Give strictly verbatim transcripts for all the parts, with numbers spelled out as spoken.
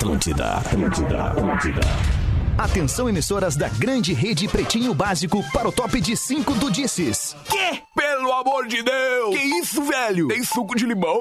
Atlântida, Atlântida, Atlântida. Atenção, emissoras da grande rede Pretinho Básico para o top de cinco do Disses. Que? Pelo amor de Deus! Que isso, velho? Tem suco de limão?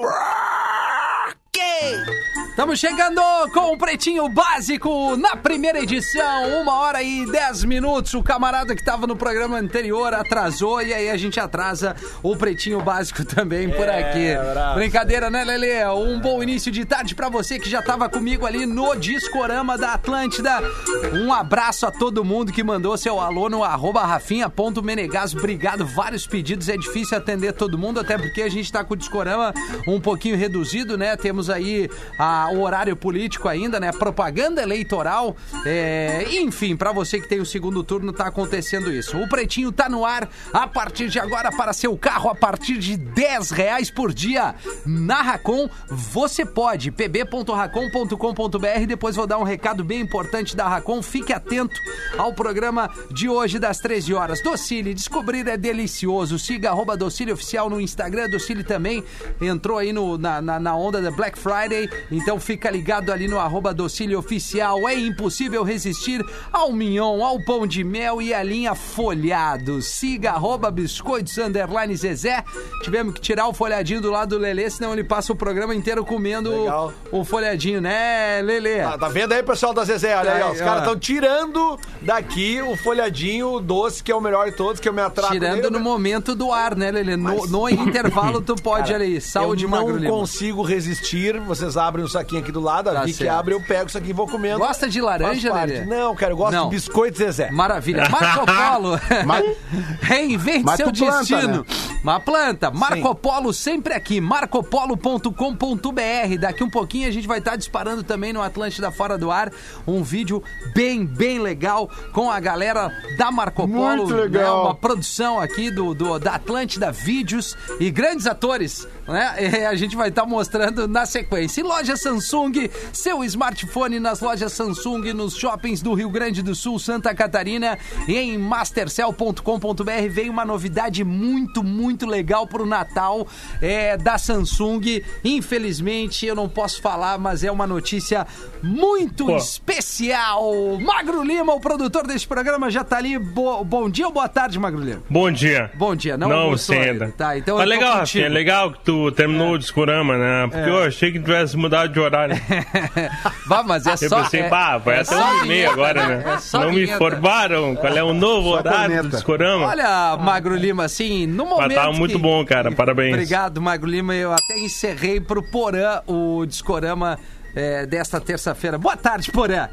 Estamos chegando com o Pretinho Básico na primeira edição, uma hora e dez minutos. O camarada que estava no programa anterior atrasou e aí a gente atrasa o Pretinho Básico também por aqui. É, brincadeira, né, Lelê? Um bom início de tarde pra você que já estava comigo ali no Discorama da Atlântida. Um abraço a todo mundo que mandou seu alô no arroba rafinha ponto menegaso. Obrigado, vários pedidos. É difícil atender todo mundo, até porque a gente tá com o Discorama um pouquinho reduzido, né? Temos aí a o horário político ainda, né? Propaganda eleitoral. É... Enfim, pra você que tem o segundo turno, tá acontecendo isso. O Pretinho tá no ar a partir de agora para seu carro a partir de dez reais por dia. Na Racon, você pode. p b ponto racon ponto com ponto b r. Depois vou dar um recado bem importante da Racon. Fique atento ao programa de hoje das treze horas. Docile, descobrir é delicioso. Siga arroba Docile Oficial no Instagram. Docile também entrou aí no, na, na, na onda da Black Friday. Então fica ligado ali no arroba Docile Oficial. É impossível resistir ao mignon, ao pão de mel e à linha folhado. Siga arroba Biscoitos Underline Zezé. Tivemos que tirar o folhadinho do lado do Lelê, senão ele passa o programa inteiro comendo o, o folhadinho, né, Lelê? Ah, tá vendo aí, pessoal da Zezé? Olha aí, ó, os caras estão tirando daqui o folhadinho, o doce, que é o melhor de todos, que eu me atraco. Tirando nele, no né? momento do ar, né, Lelê? No, Mas... no intervalo tu pode, cara, olha aí, saúde, eu não Magro Lima. consigo resistir, vocês abrem o saquinho aqui do lado, a Tá Vicky certo. abre, eu pego isso aqui e vou comendo. Gosta de laranja, Lelê? Não, cara, eu gosto Não. de biscoito Zezé. Maravilha. Marco Polo. Reinvente Mas seu tu planta, destino. né? Uma planta. Marco Sim. Polo sempre aqui. marco polo ponto com ponto b r. Daqui um pouquinho a gente vai estar disparando também no Atlântida Fora do Ar um vídeo bem, bem legal com a galera da Marco Polo. Muito legal. Né? Uma produção aqui do, do, da Atlântida Vídeos e grandes atores, né? E a gente vai estar mostrando na sequência. E loja Samsung, seu smartphone nas lojas Samsung, nos shoppings do Rio Grande do Sul, Santa Catarina e em mastercell ponto com ponto b r. Vem uma novidade muito, muito legal pro Natal é, da Samsung. Infelizmente eu não posso falar, mas é uma notícia muito Pô. especial. Magro Lima, o produtor deste programa, já tá ali. Bo- bom dia ou boa tarde, Magro Lima? Bom dia. Bom dia, não Não, almoçou você ainda. ainda. Tá, então Mas eu tô legal, contigo. Rafinha, legal que tu terminou o Discorama, né? Porque eu achei que tivesse mudado de horário. Vá, mas é Eu só... pensei, é, bah, vai é até só uma e vinheta, meia agora, né? né? É só Não me vinheta. informaram qual é o novo Só horário corneta. do Discorama. Olha, Magro Lima, assim, no momento Mas tava muito que- bom, cara, parabéns. Obrigado, Magro Lima. Eu até encerrei pro Porã o Discorama é, desta terça-feira. Boa tarde, Porã.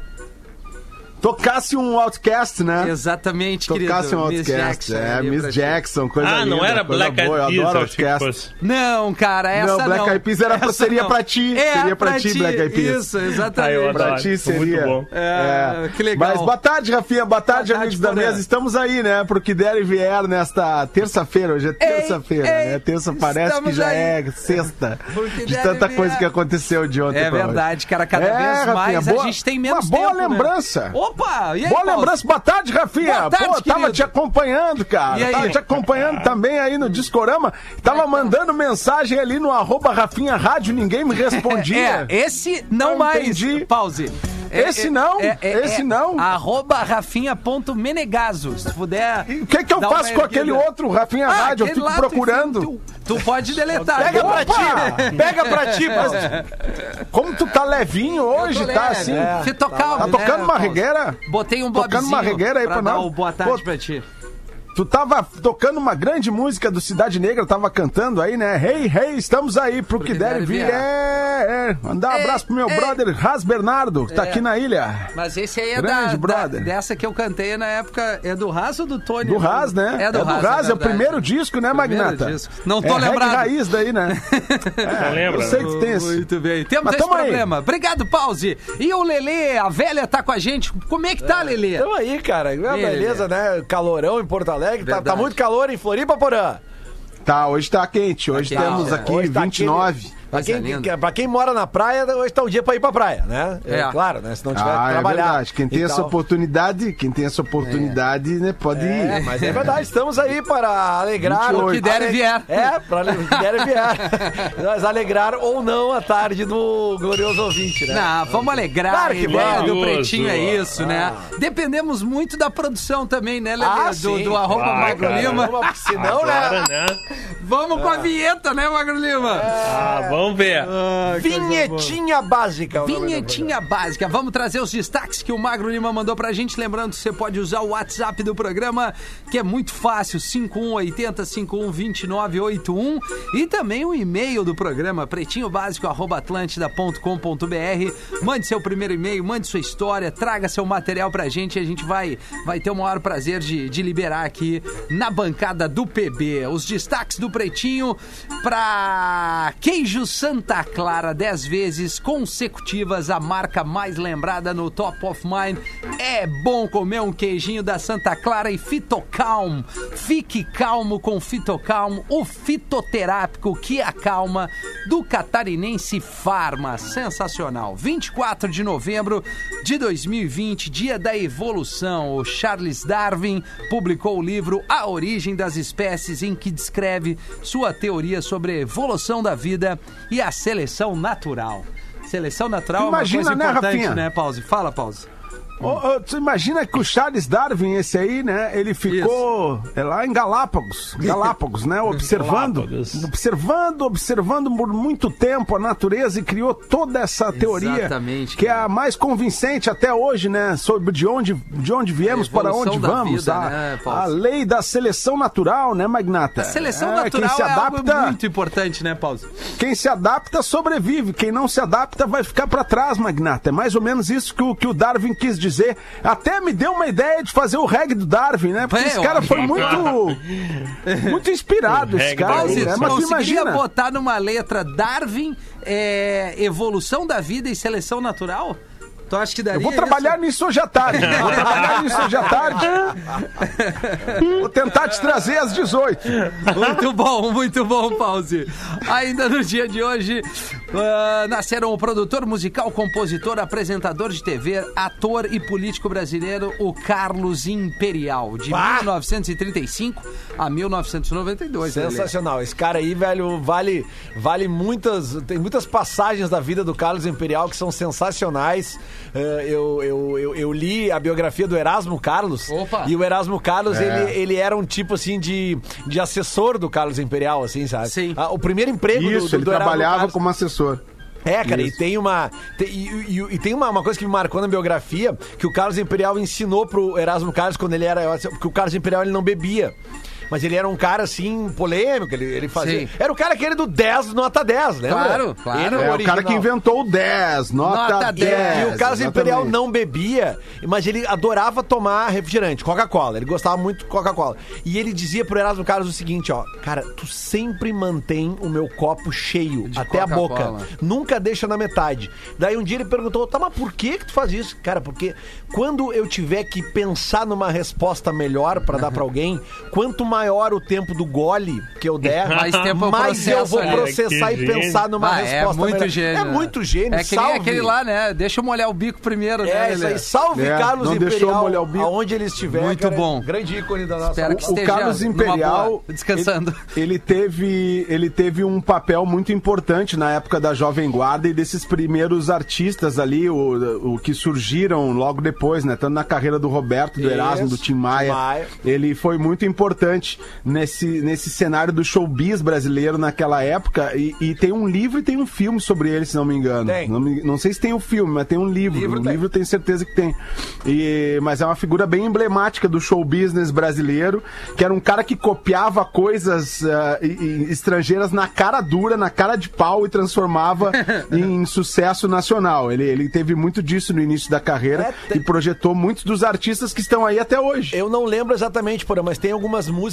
Tocasse um Outcast, né? Exatamente, querido. Tocasse um Miss Outcast. Jackson, É, ali Miss pra ti. Jackson, coisa Ah, linda. não era coisa Black boa, Eyed eu Peas, adoro eu achei que Outcast. fosse. Não, cara, essa Não, não. Black Eyed Peas era pra- Essa seria não. pra ti, É, seria pra ti, Black Eyed Peas. Isso, Ah, eu exatamente. adoro. Pra ti Foi seria. muito bom. É, que legal. Mas boa tarde, Rafinha. Boa tarde, Boa tarde, amigos da Porã. mesa. Estamos aí, né? Pro que der e vier nesta terça-feira. Hoje é terça-feira, ei, né? Terça parece estamos que já aí. é sexta. Pro que De der e tanta vier. coisa que aconteceu de ontem É pra hoje. verdade, cara. Cada É, vez Rafinha, mais boa- a gente tem menos uma boa tempo, né? lembrança. Opa! E aí, Boa Paulo? lembrança, boa tarde, Rafinha. Boa tarde, Pô, tava querido. te acompanhando, cara. E aí? Tava te acompanhando também aí no Discorama. Tava mandando mensagem ali no arroba Rafinha Rádio, ninguém me respondia. É, esse não Não mais. entendi. Pause. É, Esse é, não, é, é, esse é, não. Arroba rafinha.menegaso. Se puder. E o que que eu dar uma faço com aquele erguida. outro Rafinha Ah, Rádio? Eu aquele fico lá, tu- procurando. Tu, tu pode deletar. Pega pra Opa! ti! Pega pra ti, Paulo! Como tu tá levinho hoje, Eu tô tá leve. assim? É, Você tocar, Tá né, tocando uma Paulo? regueira? Botei um Tocando bobzinho uma regueira aí pra, pra dar nós. o boa tarde Pô, pra ti. Tu tava tocando uma grande música do Cidade Negra, tava cantando aí, né? Hey, hey, estamos aí pro que der e vier. É, é. Mandar um Ei, abraço pro meu ei. brother Ras Bernardo, que tá É. aqui na ilha. Mas esse aí é Grande da, brother. da- dessa que eu cantei na época. É do Ras ou do Tony? Do Ras, né? É do Ras, é, o verdade. primeiro disco, né, Primeiro Magnata? disco. Não tô é reggae lembrado. raiz daí, né? Não lembra, Eu sei né? que tem esse. Muito bem. Temos Mas esse tamo aí. problema. Obrigado, Pause. E o Lelê, a velha, tá com a gente. Como é que tá, Lelê? Tamo aí, cara. É uma E aí, beleza, né? Calorão em Porto Alegre. Tá, tá Verdade. muito calor em Floripa, Porã. Tá, hoje tá quente. Hoje Tá quente, temos é. aqui Hoje tá vinte e nove. Pra quem, que, pra quem mora na praia, hoje tá um dia pra ir pra praia, né? É, é claro, né? Se não tiver ah, que trabalhar. É verdade. Quem tem essa tal. oportunidade, quem tem essa oportunidade, é. né, pode é, ir. Mas é verdade, estamos aí para alegrar o que der e vier. É, para o que der e vier. Nós alegrar ou não a tarde do glorioso ouvinte, né? Não, vamos alegrar. Claro que a ideia vamos. do Pretinho é isso, ah. né? Dependemos muito da produção também, né, Lelê? Ah, do, sim. do arroba Vai, Magro cara. Lima. Senão, Agora, né? né? Vamos com a vinheta, né, Magro Lima? Ah, vamos ver. Ah, Vinhetinha básica. Vinhetinha básica. Vamos trazer os destaques que o Magro Lima mandou pra gente. Lembrando que você pode usar o WhatsApp do programa, que é muito fácil, cinco um oito zero, cinco um dois nove oito um. E também o e-mail do programa, pretinho básico arroba atlântida ponto com ponto b r. Mande seu primeiro e-mail, mande sua história, traga seu material pra gente e a gente vai, vai ter o maior prazer de, de liberar aqui na bancada do P B. Os destaques do Pretinho pra Queijo Santa Clara, dez vezes consecutivas, a marca mais lembrada no Top of Mind. É bom comer um queijinho da Santa Clara. E Fitocalm. Fique calmo com Fitocalm, o fitoterápico que acalma, do Catarinense Farma. Sensacional. vinte e quatro de novembro de dois mil e vinte, dia da evolução. O Charles Darwin publicou o livro A Origem das Espécies, em que descreve sua teoria sobre a evolução da vida e a seleção natural. Seleção natural Imagina, é uma coisa né, importante, Rafinha? né, Pause? Fala, Pause. Oh, oh, você imagina que o Charles Darwin, esse aí, né? Ele ficou é, lá em Galápagos, Galápagos, né? Observando, Galápagos. observando, observando por muito tempo a natureza e criou toda essa teoria, Exatamente, que cara. é a mais convincente até hoje, né? Sobre de onde, de onde viemos, A para evolução onde da vamos. vida, a, né, Paulo? a lei da seleção natural, né, Magnata? A seleção É, natural quem se é adapta, algo muito importante, né, Pause? Quem se adapta sobrevive, quem não se adapta vai ficar pra trás, Magnata. É mais ou menos isso que o, que o Darwin quis dizer. Até me deu uma ideia de fazer o reggae do Darwin, né? Porque É, esse cara ó. foi muito muito inspirado, esse reggae cara. da aí, Pause, né? tu Mas tu conseguiria imagina. botar numa letra Darwin, é, evolução da vida e seleção natural? Tu acha que daria Eu vou trabalhar isso? nisso hoje à tarde. Vou trabalhar nisso hoje à tarde. Vou tentar te trazer às dezoito. Muito bom, muito bom, Pause. Ainda no dia de hoje, uh, nasceram o produtor musical, compositor, apresentador de T V, ator e político brasileiro, o Carlos Imperial, de Bah! mil novecentos e trinta e cinco a mil novecentos e noventa e dois. Sensacional. Esse cara aí, velho, vale, vale muitas... Tem muitas passagens da vida do Carlos Imperial que são sensacionais. Uh, eu, eu, eu, eu li a biografia do Erasmo Carlos. Opa. E o Erasmo Carlos, É. ele, ele era um tipo, assim, de, de assessor do Carlos Imperial, assim, sabe? Sim. Ah, o primeiro emprego do, Isso, do, ele do Erasmo trabalhava Carlos. como assessor. É, cara, Isso. e tem uma. Tem, e, e- e tem uma, uma coisa que me marcou na biografia, que o Carlos Imperial ensinou pro Erasmo Carlos quando ele era. Porque o Carlos Imperial ele não bebia. Mas ele era um cara, assim, polêmico, ele, ele fazia... Sim. Era o cara aquele do dez, nota dez, lembra? Claro, claro. Ele, É o cara que inventou o dez, nota, Nota dez. dez. E o Carlos exatamente. Imperial não bebia, mas ele adorava tomar refrigerante, Coca-Cola. Ele gostava muito de Coca-Cola. E ele dizia pro Erasmo Carlos o seguinte, ó... Cara, tu sempre mantém o meu copo cheio, De até a boca. Coca-Cola. Nunca deixa na metade. Daí um dia ele perguntou, tá, mas por que que tu faz isso? Cara, porque quando eu tiver que pensar numa resposta melhor pra dar pra alguém, quanto maior o tempo do gole que eu der, Mais tempo eu mais eu processo vou ali. processar Que e gênio. pensar numa Ah, é resposta muito melhor. gênio. É né? muito gênio, É que nem salve. aquele lá, né? Deixa eu molhar o bico primeiro, né, É, isso Lelê? aí, salve É, Carlos não deixou Imperial, molhar o bico. aonde ele estiver. Muito cara, bom. Grande ícone da nossa... Espero que O esteja Carlos numa Imperial, boa, descansando. Ele, ele teve, ele teve um papel muito importante na época da Jovem Guarda e desses primeiros artistas ali, o, o que surgiram logo depois, né? Tanto na carreira do Roberto, do Isso, Erasmo, do Tim Maia. Tim Maia. Ele foi muito importante nesse, nesse cenário do showbiz brasileiro naquela época. E, e tem um livro e tem um filme sobre ele, se não me engano. Tem. Não, me- não sei se tem o filme, mas tem um livro. Livro o tem. livro eu tenho certeza que tem. E, mas é uma figura bem emblemática do show business brasileiro, que era um cara que copiava coisas ah, e- e estrangeiras na cara dura, na cara de pau e transformava em sucesso nacional. Ele, ele teve muito disso no início da carreira É, tem- e projetou muitos dos artistas que estão aí até hoje. Eu não lembro exatamente, porra, mas tem algumas músicas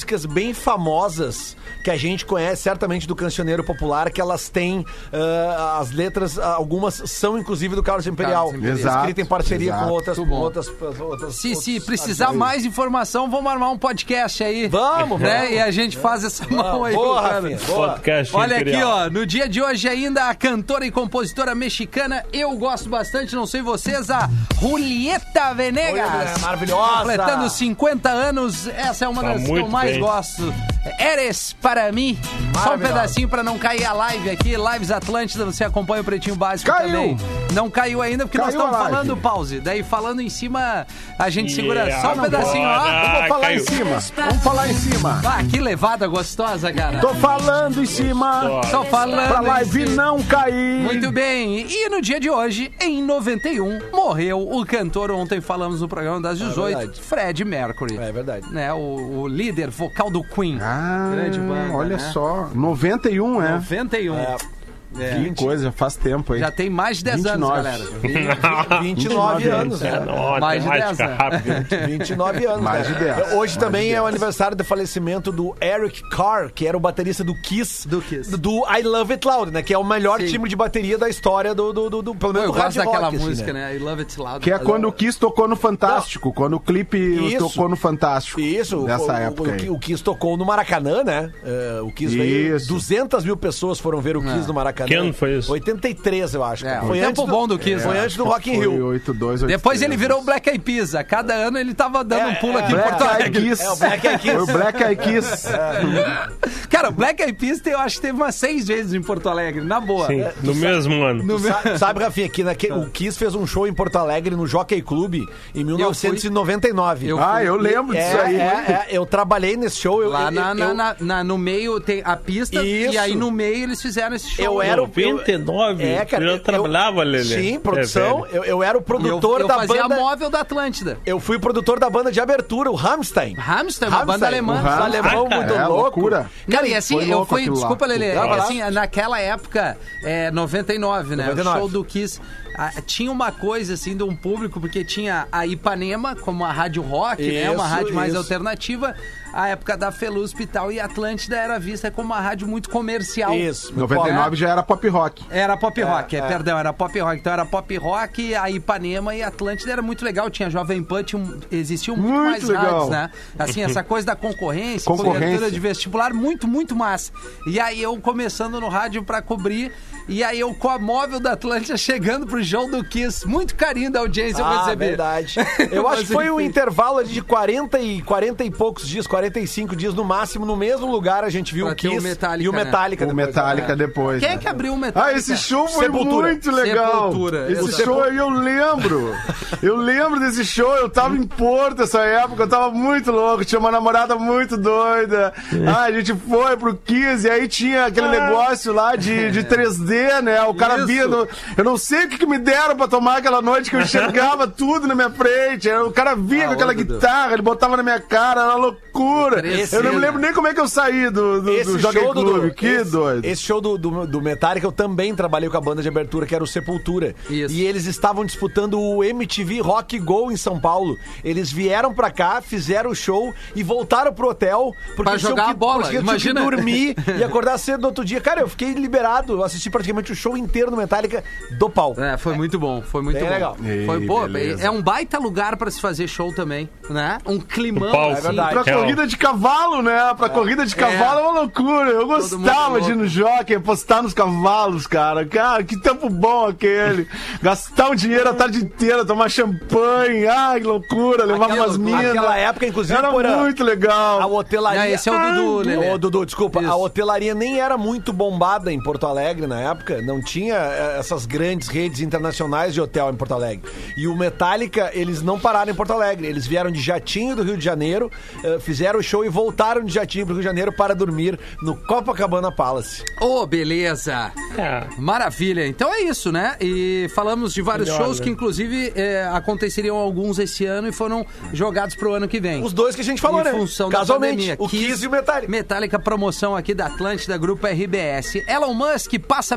músicas bem famosas que a gente conhece certamente do cancioneiro popular, que elas têm uh, as letras, algumas são inclusive do Carlos Imperial. Carlos Imperial. Escrita em parceria Exato. com outras, Muito com bom. outras, outras Se, se outros precisar artistas. mais informação, vamos armar um podcast aí. Vamos, né? vamos. E a gente faz essa mão aí. Boa, cara. Rafinha, boa. Podcast Olha aqui, Imperial. ó, no dia de hoje ainda a cantora e compositora mexicana, eu gosto bastante, não sei vocês, a Julieta Venegas. Olha, maravilhosa. Completando cinquenta anos, essa é uma Tá das que eu muito mais bem. gosto. Eres para mim. Só um Maravilhosa. pedacinho pra não cair a live aqui, Lives Atlântida, você acompanha o Pretinho Básico Caiu. também. Não caiu ainda porque nós Caiu a estamos live. falando pause. Daí falando em cima, a gente segura Yeah, só um pedacinho, ó. agora. Vamos falar caiu. em cima. Vamos falar em cima. Ah, que levada gostosa, cara. Tô falando em cima. Tô falando. Pra em live cima. não cair. Muito bem, e no dia de hoje, em noventa e um, morreu o cantor, ontem falamos no programa das dezoito, verdade. Fred Mercury. É verdade. Né, o, o líder vocal do Queen. Ah, Grande banda, olha né? só. noventa e um, é? noventa e um. É, Que coisa, já faz tempo aí. Já tem mais de dez vinte e anos, nove. galera. vinte e nove anos, É, né? não, Mais de matemática dez, né? rápida. vinte e nove anos, Mais né? de dez. Hoje Mais também de é o dez. aniversário do falecimento do Eric Carr, que era o baterista do Kiss. Do Kiss. Do I Love It Loud, né? Que é o melhor Sim. time de bateria da história do, do, do, do pelo Pô, menos eu do hard gosto daquela rock, assim, música, né? né? I Love It Loud. Que é quando o Kiss tocou no Fantástico, quando o clipe Isso. tocou no Fantástico. Isso, Nessa o, época o, aí. o, o Kiss tocou no Maracanã, né? É, o Kiss veio, Isso. duzentas mil pessoas foram ver o Kiss É. no Maracanã. Que ano foi isso? oitenta e três, eu acho. É, cara. um foi tempo antes bom do Kiss, Foi né? antes do Rock in Foi Rio. oito dois, oito Depois ele três. virou o Black Eyed Peas. A cada ano ele tava dando um pulo É, aqui em é, Porto Black Eyed Alegre. Kiss. É, o Black Eyed Kiss. Foi o Black Eyed Kiss. Cara, o Black Eyed Peas eu acho que teve umas seis vezes em Porto Alegre, na boa. Sim, no mesmo ano. No meu- Sa- Sabe, Rafinha, que naque, o Kiss fez um show em Porto Alegre no Jockey Club em mil novecentos e noventa e nove. Eu Ah, eu lembro É, disso aí. é, é, eu trabalhei nesse show. Eu, Lá eu, na, na- eu, na- na- no meio tem a pista Isso. e aí no meio eles fizeram esse show. Eu era o- noventa e nove? É, cara, eu eu- trabalhava, Lelê. Sim, produção. É, eu, eu era o E eu, produtor eu da fazia banda. a móvel da Atlântida. Eu fui produtor da banda de abertura, o Rammstein. Hamster, uma banda alemã. Um alemão Ah, cara, muito é louco. loucura. Não, e assim, foi eu louco fui, aquilo lá. desculpa, Lelê, Vai é que lá. assim, naquela época, é, noventa e nove, né? noventa e nove. O show do Kiss, ah, tinha uma coisa, assim, de um público, porque tinha a Ipanema, como a rádio rock, né? Uma Isso, rádio mais isso. alternativa, a época da Felusp e tal, e Atlântida era vista como uma rádio muito comercial. Isso. noventa e nove já era pop rock. Era pop rock, é, é. perdão, era pop rock. Então era pop rock, a Ipanema e a Atlântida era muito legal. Tinha Jovem Pan, tinha um- existiam muito, Muito mais legal. rádios, né? Assim, essa coisa da concorrência, Concorrência. cobertura de vestibular, muito, muito massa. E aí eu começando no rádio pra cobrir, e aí eu com a móvel da Atlântida chegando pro show do Kiss. Muito carinho da audiência eu Ah, recebi. verdade. Eu acho Mas, que foi um enfim. intervalo ali de quarenta e, quarenta e poucos dias, quarenta e cinco dias no máximo, no mesmo lugar a gente viu Pra o ter o Kiss Metallica, e o né? Metallica. O depois, Metallica né? depois. Quem é né? que abriu o Metallica? Ah, esse show foi Sepultura. muito legal. Sepultura. Esse O show aí eu lembro. Eu lembro desse show. Eu tava em Porto essa época. Eu tava muito louco. Tinha uma namorada muito doida. Ah, a gente foi pro Kiss e aí tinha aquele negócio lá de, de três D, né? O cara Isso. via. No, eu não sei o que, que me deram pra tomar aquela noite que eu enxergava tudo na minha frente. O cara vinha Ah, com aquela ô, Dudu. guitarra, ele botava na minha cara, era uma loucura. Esse- eu não me lembro nem como é que eu saí do, do, do Jockey show, Club. Dudu, Que esse, doido. Esse show do, do, do Metallica eu também trabalhei com a banda de abertura, que era o Sepultura. Isso. E eles estavam disputando o M T V Rock Go em São Paulo. Eles vieram pra cá, fizeram o show e voltaram pro hotel porque Pra tinham jogar que, a bola, porque imagina. tinham que dormir e acordar cedo no outro dia. Cara, eu fiquei liberado. Eu assisti praticamente o show inteiro do Metallica do pau. É, foi muito bom, foi muito Bem bom. legal. Foi, Ei, pô, beleza. é um baita lugar pra se fazer show também, né? Um climão, O palco. assim. É verdade. Pra Real. corrida de cavalo, né? Pra corrida de cavalo é uma loucura. Eu mundo gostava de ir louco. no jockey, apostar nos cavalos, cara. Cara, que tempo bom aquele. Gastar um dinheiro a tarde inteira, tomar champanhe. Ai, que loucura. Levar Aquela- umas minas. Naquela época, inclusive, Era Porã, muito legal. a hotelaria... Não, esse é o Dudu, Lelê. Ô, Dudu, desculpa. Isso. A hotelaria nem era muito bombada em Porto Alegre na época. Não tinha eh, essas grandes redes internacionais de hotel em Porto Alegre. E o Metallica, eles não pararam em Porto Alegre. Eles vieram de jatinho do Rio de Janeiro, eh, fizeram o show e voltaram de jatinho pro Rio de Janeiro para dormir no Copacabana Palace. Ô, beleza. É. Maravilha. Então é isso, né? E falamos de vários Melhor, shows né? que, inclusive, é, aconteceriam alguns esse ano e foram jogados pro ano que vem. Os dois que a gente falou, em né? função da Casualmente, pandemia. o Kiss e o Metallica. Metallica, promoção aqui da Atlântida, Grupo R B S. Elon Musk passa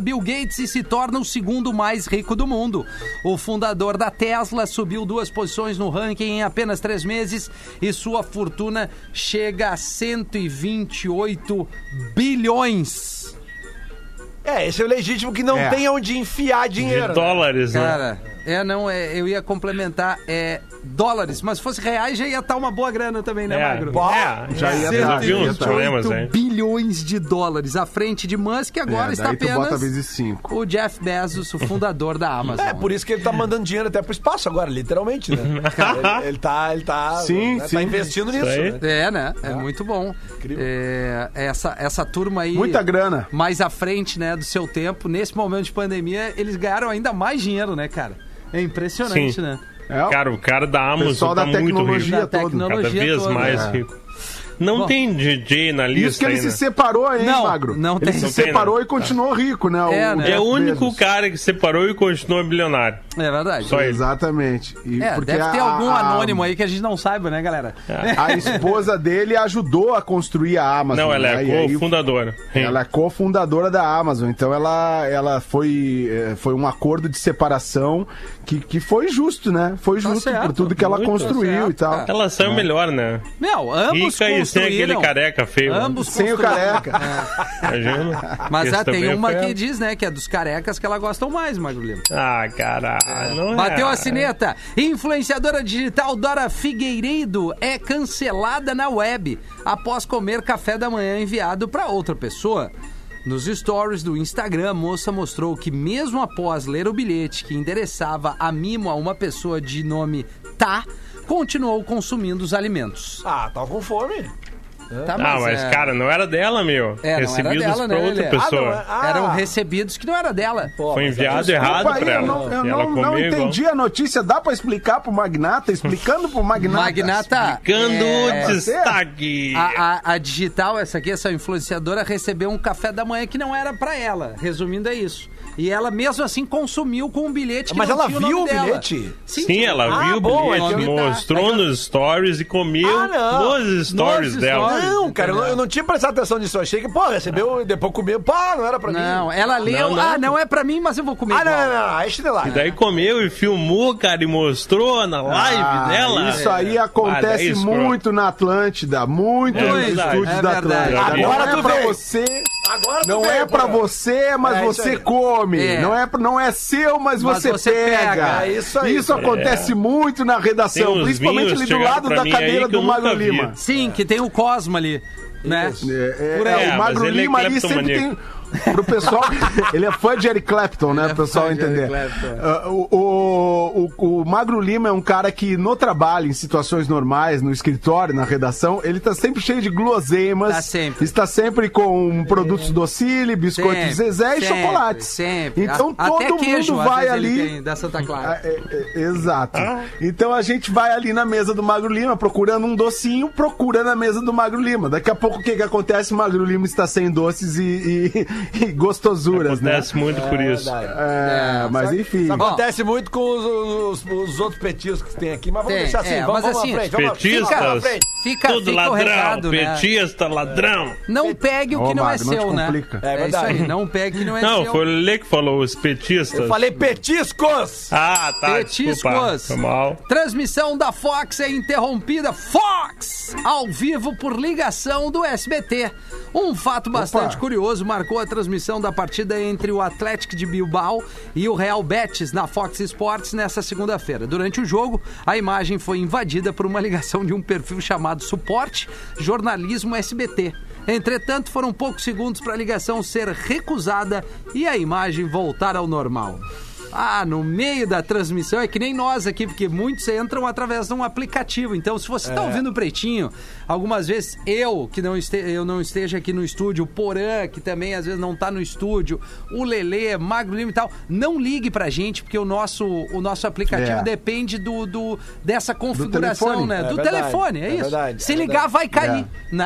Bill Gates e se torna o segundo mais rico do mundo. O fundador da Tesla subiu duas posições no ranking em apenas três meses e sua fortuna chega a cento e vinte e oito bilhões. É, esse é o legítimo que não É. tem onde enfiar dinheiro. De dólares, né? Cara, é, não, é, eu ia complementar, é dólares, mas se fosse reais já ia estar uma boa grana também, né, É, Magro? é, Já ia resolvi dar, uns ia dar. problemas, cento e vinte e hein? oito bilhões de dólares à frente de Musk, agora É, está daí tu bota apenas vezes cinco. o Jeff Bezos, o fundador da Amazon. É, por isso que ele tá mandando dinheiro até pro espaço agora, literalmente, né? ele, ele tá, ele tá, Sim, né, sim. tá investindo Isso nisso, aí. né? É, né? É muito bom. É, essa, essa turma aí... Muita grana. Mais à frente, né, do seu tempo. Nesse momento de pandemia, eles ganharam ainda mais dinheiro, né, cara? É impressionante, Sim. né? É, Cara, o cara da Amazon pessoal tá da muito rico. tecnologia Da toda. tecnologia. Cada vez toda, mais é. rico. Não Bom, tem D J na lista Isso que ele ainda. se separou, hein, Não, Magro? não ele tem. se Não tem, separou não. e continuou rico, né? É, né? É o único Bezos. cara que separou e continua bilionário. É verdade. Só ele. Exatamente. E É, porque deve ter a- algum a- anônimo aí que a gente não saiba, né, galera? A esposa dele ajudou a construir a Amazon. Não, ela né? E é aí, cofundadora. Ela é cofundadora da Amazon, então ela, ela foi, eh, foi um acordo de separação que, que foi justo, né? Foi justo certo, por tudo que ela muito construiu certo, e tal. cara. Ela saiu melhor, né? Meu, ambos Rica e sem aquele construíram. careca feio. né? Ambos Sem o construíram. careca. Imagina. Mas Esse ah, tem também uma foi- que diz, né, que é dos carecas que ela gostam mais, Magro Lima. Ah, caralho. não é. Bateu a sineta. Influenciadora digital Dora Figueiredo é cancelada na web após comer café da manhã enviado para outra pessoa. Nos stories do Instagram, a moça mostrou que mesmo após ler o bilhete que endereçava a mimo a uma pessoa de nome Tá, continuou consumindo os alimentos. Ah, tá com fome. Tá, Ah, mas, é- cara, não era dela, meu. É, não era Recebidos dela, pra né, outra Lelê? pessoa. Ah, não é- ah. eram recebidos que não era dela. Pô, Foi mas enviado é errado Desculpa aí, pra eu ela. não, eu E ela não, comeu não igual. entendi a notícia. Dá pra explicar pro Magnata? Explicando pro Magnata. Magnata. Ficando é, o destaque. A, a- a digital, essa aqui, essa influenciadora, recebeu um café da manhã que não era pra ela. Resumindo, é isso. E ela, mesmo assim, consumiu com um bilhete que Mas não ela tinha o viu nome o dela. bilhete? Sim, ela Ah, viu o bom, bilhete, é que eu- mostrou é que eu- nos stories e comeu Ah, não. nos stories Nos dela. stories. Não, cara, eu não, Entendeu? eu não tinha prestado atenção nisso. Eu achei que, pô, recebeu e depois comeu. Pô, não era pra mim. Não, ela leu, Não, não. ah, não é pra mim, mas eu vou comer Ah, não, igual. não, não. Aí chinelagem. E daí comeu e filmou, cara, e mostrou na live Ah, dela. Isso aí Ah, acontece daí, escroto. muito na Atlântida, muito É nos verdade. estúdios É da verdade. Atlântida. Agora não tu é pra vem. você, Agora tu não veio, é pra porra. você, mas É isso você aí. come. É. Não, é, não é seu, mas, Mas você, você pega. pega. É isso aí. Isso acontece muito na redação, Tem uns principalmente vinhos ali do chegaram lado pra da mim cadeira aí que eu do Magro nunca vi. Lima. Sim, que tem o Cosmo ali, né? É, é, Por aí. é, É, o mas Magro ele é Lima ali sempre tem. cleptomaníaco. Pro pessoal, ele é fã de Eric Clapton, né? É Pro pessoal fã de Eric entender. Clapton. Ah, o, o, o, o Magro Lima é um cara que no trabalho, em situações normais, no escritório, na redação, ele tá sempre cheio de guloseimas. Tá sempre. Está sempre com produtos docile, biscoitos Sempre, Zezé e sempre, chocolates. Sempre. Então A- todo até queijo, mundo às vai vezes, ele ali. tem, da Santa Clara. Ah, é, é, exato. Então a gente vai ali na mesa do Magro Lima procurando um docinho, procura na mesa do Magro Lima. Daqui a pouco o que que acontece? O Magro Lima está sem doces e, e, e gostosuras, Acontece né? muito por isso. verdade. É, mas enfim. Isso acontece muito com os, os- os outros petiscos que tem aqui, mas vamos Tem, deixar assim. é, vamos, mas vamos assim, à frente. Vamos, fica à Petistas, frente. Fica- tudo fica o ladrão, recado, né? petista, ladrão. Não pegue o que Ô, não é Magro, não te seu, né? complica. É É isso verdade. aí, não pegue o que não é Não, seu. foi o Lelê que falou, os petistas. Eu falei petiscos! Ah, tá, desculpa. Petiscos. Foi mal. Transmissão da Fox é interrompida. Fox! Ao vivo por ligação do S B T. Um fato bastante curioso marcou a transmissão da partida entre o Atlético de Bilbao e o Real Betis na Fox Sports nesta segunda-feira. Durante o jogo, a imagem foi invadida por uma ligação de um perfil chamado Suporte Jornalismo S B T. Entretanto, foram poucos segundos para a ligação ser recusada e a imagem voltar ao normal. Ah, no meio da transmissão, é que nem nós aqui, porque muitos entram através de um aplicativo. Então, se você está ouvindo o Pretinho, algumas vezes eu, que não, este, eu não esteja aqui no estúdio, o Porã, que também às vezes não está no estúdio, o Lelê, Magro Lima e tal, não ligue pra gente, porque o nosso, o nosso aplicativo É. depende do, do, dessa configuração, telefone. né? É do verdade, telefone, é, é isso. verdade, se é ligar, verdade. vai cair, É. né?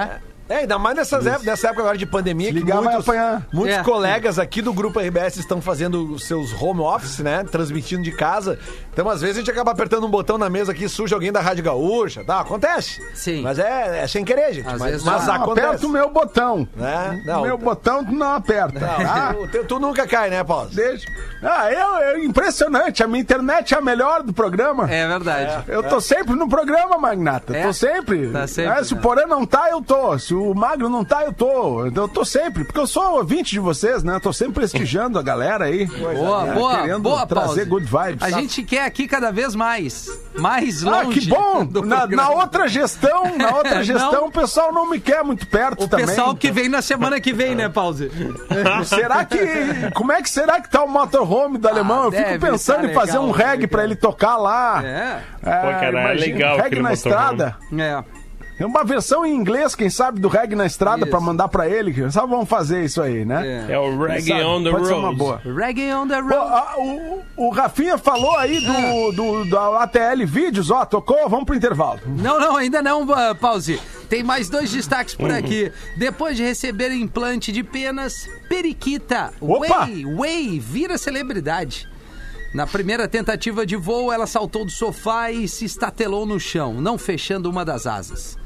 É, ainda mais nessas épocas, nessa época agora de pandemia, que ligar, vai muitos, apanhar. muitos É. colegas aqui do Grupo R B S estão fazendo os seus home office, né? Transmitindo de casa. Então, às vezes, a gente acaba apertando um botão na mesa aqui, surge alguém da Rádio Gaúcha. Tá, acontece. Sim. Mas é, é sem querer, gente. Às mas vezes mas não. acontece. Aperta o meu botão. Né? O Não, meu botão tu não aperta. tá? tu, tu- tu nunca cai, né, Paulo? Deixa. Ah, eu, é impressionante. A minha internet é a melhor do programa. É verdade. Eu tô sempre no programa, Magnata. É? Tô sempre. Tá sempre, É, se né? o Porã não tá, eu tô. Se o Magro não tá, eu tô. Eu tô sempre. Porque eu sou ouvinte de vocês, né? Tô sempre prestigiando a galera aí. Boa, né? boa, Querendo boa, trazer Pause. good vibes. A gente quer aqui cada vez mais. Mais longe. Ah, que bom! do Na, programa. na outra gestão, na outra Não. gestão, o pessoal não me quer muito perto O também. pessoal que vem na semana que vem, né, Pause? Será que. Como é que será que tá o motorhome do alemão? Eu deve fico pensando tá em fazer legal, um reggae né, pra cara? ele tocar lá. É. Pô, cara, é legal reggae aquele na motorhome. estrada. É. É uma versão em inglês, quem sabe, do reggae na estrada Isso. pra mandar pra ele. Quem sabe vamos fazer isso aí, né? É. É o Reggae Sabe, on the pode ser uma Road. boa. Reggae on the Pô, road. a- o, o Rafinha falou aí do, do, do A T L Vídeos, ó, tocou, vamos pro intervalo. Não, não, ainda não, uh, Pause. Tem mais dois destaques por aqui. Depois de receber implante de penas, Periquita Opa! Way, Way vira celebridade. Na primeira tentativa de voo, ela saltou do sofá e se estatelou no chão, não fechando uma das asas.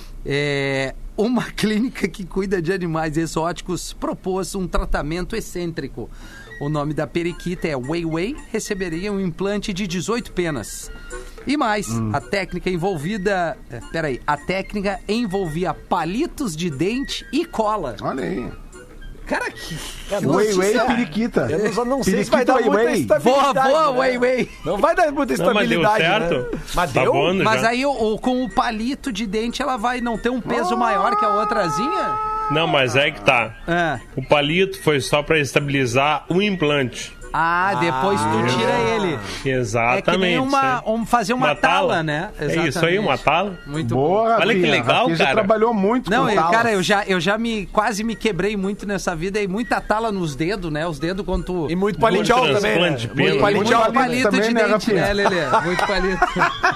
É, uma clínica que cuida de animais exóticos propôs um tratamento excêntrico. O nome da periquita é Wei Wei, receberia um implante de dezoito penas. E mais, a técnica envolvida... é, Peraí, a técnica envolvia palitos de dente e cola. Olha aí. Cara, que... Wei Wei periquita. Eu não, não sei se vai Periquita dar Wei muita Wei. estabilidade. Voa, voa, né? Wei Wei. Não vai dar muita Não, mas deu estabilidade, certo. né? Mas Tá deu? voando Mas já. aí, o, o- com o palito de dente, ela vai não ter um peso maior que a outrazinha? Não, mas é que tá. É. O palito foi só pra estabilizar o implante. Ah, depois tu tira ele. Exatamente. É que nem uma, é. um, fazer uma, tala, né? É isso aí, uma tala. Muito Boa, bom. Olha que Rafinha. legal, Rafinha já cara. trabalhou muito Não, com eu, talas. cara, eu já, eu já me quase me quebrei muito nessa vida e muita tala nos dedos, né? Os dedos quando tu... E muito palitiol Muito também, né? transplante de Muito pena. Muito palitiol palito, também. palito também, de né, dente, Rafinha? né, Lelê? Muito palito.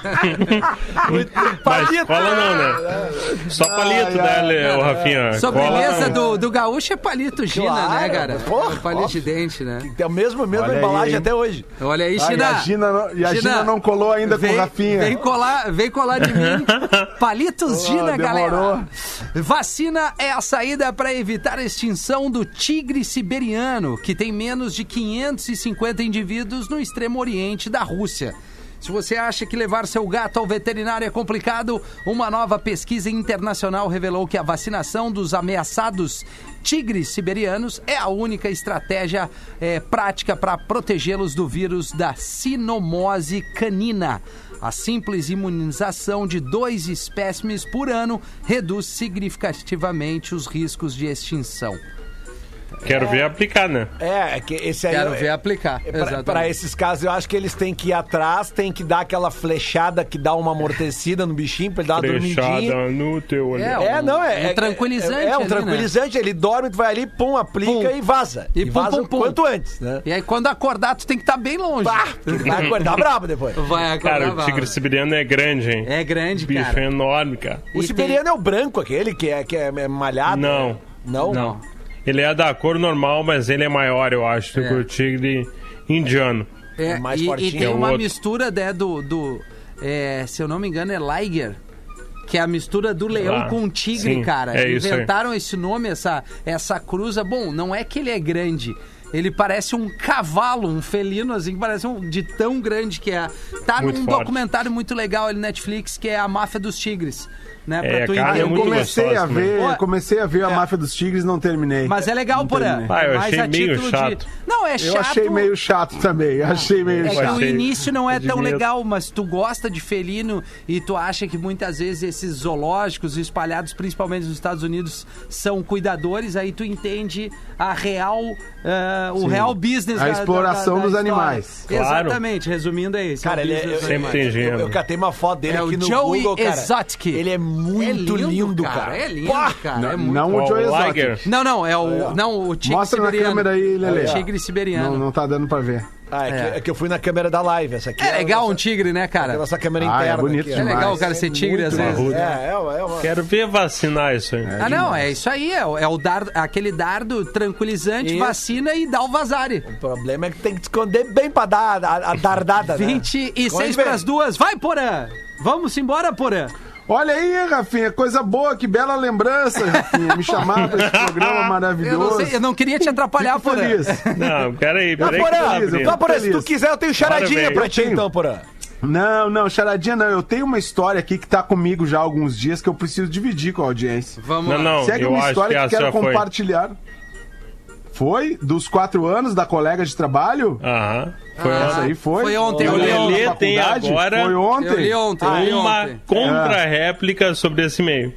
Mas Palito. cola não, né? Só palito, né, Le- ô, Rafinha? Sobremesa Cola- do, do gaúcho é palito Gina, Claro, né, cara? porra, É palito óbvio. de dente, né? Tem a mesma, mesma Olha aí, embalagem hein? até hoje. Olha aí, Ah, e China. a Gina, não- e a Gina, Gina não colou ainda vem, com o Rafinha. Vem colar, vem colar de mim. Palitos Gina, demorou. galera. Vacina é a saída para evitar a extinção do tigre siberiano, que tem menos de quinhentos e cinquenta indivíduos no extremo oriente da Rússia. Se você acha que levar seu gato ao veterinário é complicado, uma nova pesquisa internacional revelou que a vacinação dos ameaçados tigres siberianos é a única estratégia eh, prática para protegê-los do vírus da sinomose canina. A simples imunização de dois espécimes por ano reduz significativamente os riscos de extinção. Quero ver aplicar, né? É, é que esse aí... Quero é- ver aplicar. Pra, Exatamente. pra esses casos, eu acho que eles têm que ir atrás, tem que dar aquela flechada que dá uma amortecida no bichinho pra ele dar uma dormidinha. Fechada no teu olho. É, É, não, é. Um é- tranquilizante É, é um ali, tranquilizante, ele dorme, tu vai ali, pum, aplica Pum. e vaza. E E, pum, vaza pum, o pum. quanto antes, né? E aí, quando acordar, tu tem que estar bem longe. Pá, vai acordar brabo depois. Vai acordar. Cara, o tigre siberiano é grande, hein? É grande, Bicho cara. é enorme, cara. O E siberiano é o branco, aquele que é, que é malhado? Não. né? Não? Não. Ele é da cor normal, mas ele é maior, eu acho, do É. que o tigre indiano. É, É mais e, fortinho. e tem É o uma outro. mistura, né, do... do é, se eu não me engano, é Liger. Que é a mistura do leão Ah, com o tigre, sim, cara. é isso aí. Inventaram esse nome, essa, essa cruza. Bom, não é que ele é grande. Ele parece um cavalo, um felino, assim, que parece um de tão grande que é. Tá Muito num forte. documentário muito legal ali no Netflix, que é a Máfia dos Tigres. Né, É, tu cara, entender é Eu um muito pouco. comecei gostoso a também. ver, Ó, comecei a ver a é. Máfia dos Tigres, não terminei. Mas é legal, Não porra. terminei. Ah, eu Mais achei a meio título chato. De... Não, é chato. Eu achei meio chato também, achei meio É que chato. o achei. início não é tão Admito. legal, mas tu gosta de felino e tu acha que muitas vezes esses zoológicos espalhados, principalmente nos Estados Unidos, são cuidadores, aí tu entende a real, eh, o Sim. real business A da- exploração da- da dos história. animais. Claro. Exatamente, resumindo é isso. Cara, é o ele é, business eu, dos Sempre tem eu, gênero. eu catei uma foto dele É o aqui no Joey Google, cara. Exotic. Ele é muito É lindo, lindo, cara, cara. é lindo, Pá! cara. Não, é muito... não Ó, o Joe o Exotic. Liger. Não, não, é o, não, o tigre Mostra na siberiano. câmera aí, Lelê. É o tigre siberiano. Não, não tá dando pra ver. Ah, é, É. Que, é que eu fui na câmera da live. Essa aqui É legal nossa, um tigre, né, cara? Nossa câmera Ah, é interna. bonito aqui, É demais. legal o cara ser tigre às vezes. arruda. É, é, uma- é uma... Quero ver vacinar isso aí. Ah, não, é isso aí. É, o- é o dardo, aquele dardo tranquilizante, Isso. vacina e dá o vazare. O problema é que tem que te esconder bem pra dar a, a dardada, né? vinte e Esconde seis bem. pras duas. Vai, Porã! Vamos embora, Porã! Olha aí, Rafinha, coisa boa, que bela lembrança, Rafinha. Me chamar pra esse programa Eu não, maravilhoso. sei, eu não queria te atrapalhar, Fico Porã. feliz. Não, peraí, Tá, peraí. que eu Porã, abri. feliz, tá, Porã, se feliz. tu quiser, eu tenho charadinha Parabéns. pra ti, Eu tenho. então, Porã. Não, não, charadinha não. Eu tenho uma história aqui que tá comigo já há alguns dias que eu preciso dividir com a audiência. Vamos Não, lá. não, Segue eu uma acho que história que, essa quero já foi. compartilhar. Foi? Dos quatro anos da colega de trabalho? Aham. Foi Ah, Essa aí foi? Foi ontem, O eu li Lelê ontem. tem Faculdade? agora Foi ontem? Eu li ontem, eu li uma ontem. contra-réplica sobre esse e-mail.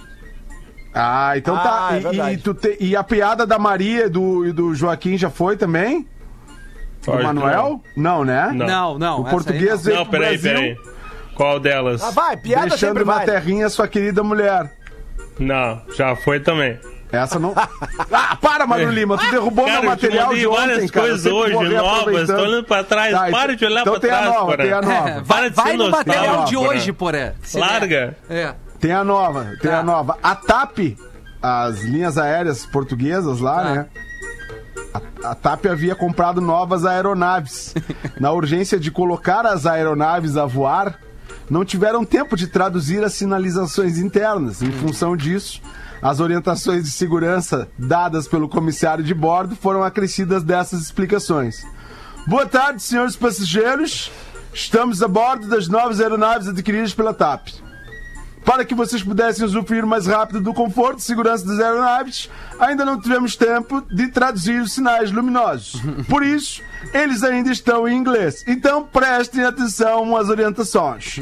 Ah, então Ah, tá. é E- verdade. e, tu te- e a piada da Maria e do, e do Joaquim já foi também? Do Acho que Manuel? Não, né? Não. Não, não. O essa português aí veio Não, pro peraí, Brasil, peraí. Qual delas? Ah, vai, piada deixando sempre na vai. terrinha sua querida mulher. Não, já foi também. Essa não. Ah, para, Mário Lima, tu derrubou Cara, meu eu te material mandei de ontem, várias cara. Eu coisas sempre hoje, vou novas. reaproveitando. Tô olhando pra trás. Tá, Para de olhar então pra tem trás, a nova, Porã. tem a nova. Para Vai, de vai ser no material nostálgico, de Porã. hoje, Porã. Se Larga. der. É. Tem a nova, tem Tá. a nova. A TAP, as linhas aéreas portuguesas lá, Tá. né? A, a TAP havia comprado novas aeronaves. Na urgência de colocar as aeronaves a voar, não tiveram tempo de traduzir as sinalizações internas. Em função disso, as orientações de segurança dadas pelo comissário de bordo foram acrescidas dessas explicações. Boa tarde, senhores passageiros. Estamos a bordo das novas aeronaves adquiridas pela TAP. Para que vocês pudessem usufruir mais rápido do conforto e segurança das aeronaves, ainda não tivemos tempo de traduzir os sinais luminosos. Por isso, eles ainda estão em inglês. Então prestem atenção às orientações.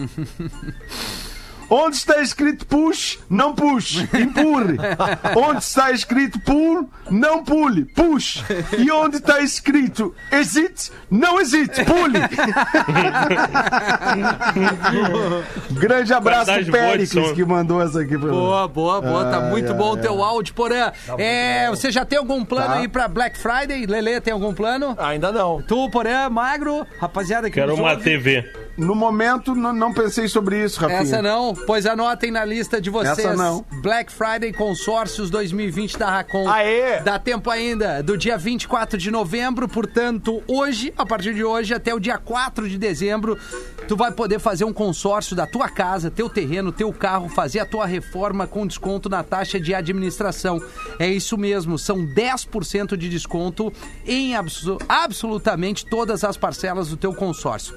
Onde está escrito push, não push, empurre. Onde está escrito pull, não pule, push. E onde está escrito exit, não hesite, pule. Grande abraço Qualidade pro boa de Péricles som. que mandou essa aqui pra Boa, boa, boa. Tá Ai, muito ai, bom o ai. teu áudio, Porã. É, você já tem algum plano Tá. aí pra Black Friday? Lelê, tem algum plano? Ainda não. Tu, Porã, magro, rapaziada que Quero nos uma ouve. T V. No momento, n- não pensei sobre isso, Rafinha. Essa não, pois anotem na lista de vocês. Essa não. Black Friday Consórcios dois mil e vinte da Racon. Aê! Dá tempo ainda, do dia vinte e quatro de novembro, portanto, hoje, a partir de hoje, até o dia quatro de dezembro, tu vai poder fazer um consórcio da tua casa, teu terreno, teu carro, fazer a tua reforma com desconto na taxa de administração. É isso mesmo, são dez por cento de desconto em abso- absolutamente todas as parcelas do teu consórcio.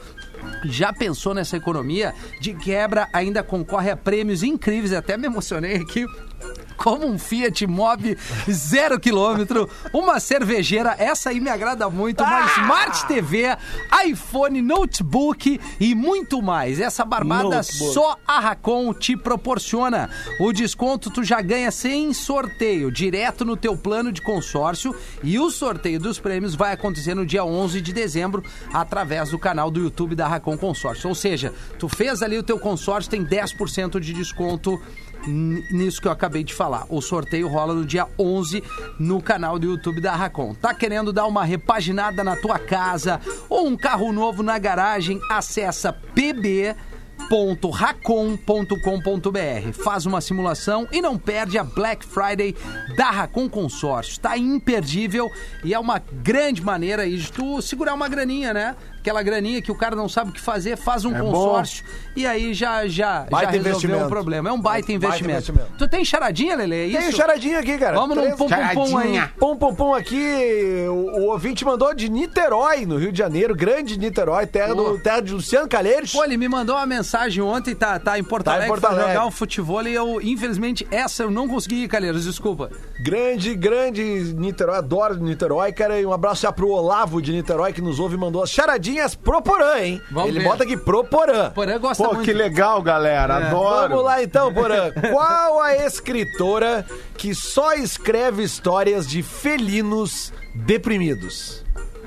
Já pensou nessa economia? De quebra, ainda concorre a prêmios incríveis. Até me emocionei aqui. Como um Fiat Mobi zero quilômetro, uma cervejeira, essa aí me agrada muito, uma Smart T V, iPhone, notebook e muito mais. Essa barbada Notebook. só a Racon te proporciona. O desconto tu já ganha sem sorteio, direto no teu plano de consórcio, e o sorteio dos prêmios vai acontecer no dia onze de dezembro através do canal do YouTube da Racon Consórcio. Ou seja, tu fez ali o teu consórcio, tem dez por cento de desconto n- nisso que eu acabei de falar. O sorteio rola no dia onze no canal do YouTube da Racon. Tá querendo dar uma repaginada na tua casa ou um carro novo na garagem? Acessa p b ponto racon ponto com ponto b r. Faz uma simulação e não perde a Black Friday da Racon Consórcio. Está imperdível e é uma grande maneira aí de tu segurar uma graninha, né? Aquela graninha que o cara não sabe o que fazer, faz um É consórcio e aí já, já, já Baita resolveu investimento. o problema. É um baita Baita investimento. investimento. Tu tem charadinha, Lelê? É Tem isso? charadinha aqui, cara. Vamos num Três- pum pum pum aí. Pum, pum, pum aqui. O, o ouvinte mandou de Niterói, no Rio de Janeiro. Grande Niterói, terra, do, Boa. terra de Luciano Calheiros. Pô, ele me mandou uma mensagem ontem, tá, tá em Porto Tá em Alegre, Porto pra Alegre. jogar um futebol e eu, infelizmente, essa eu não consegui ir, Calheiros, desculpa. Grande, grande Niterói. Adoro Niterói, cara. E um abraço já pro Olavo de Niterói, que nos ouve e mandou as charadinhas pro Porã, hein? Vamos Ele ver. bota aqui pro Porã. Porém, gosta Pô, muito. que legal, galera. Adoro. Vamos lá então, Porã. Qual a escritora que só escreve histórias de felinos deprimidos?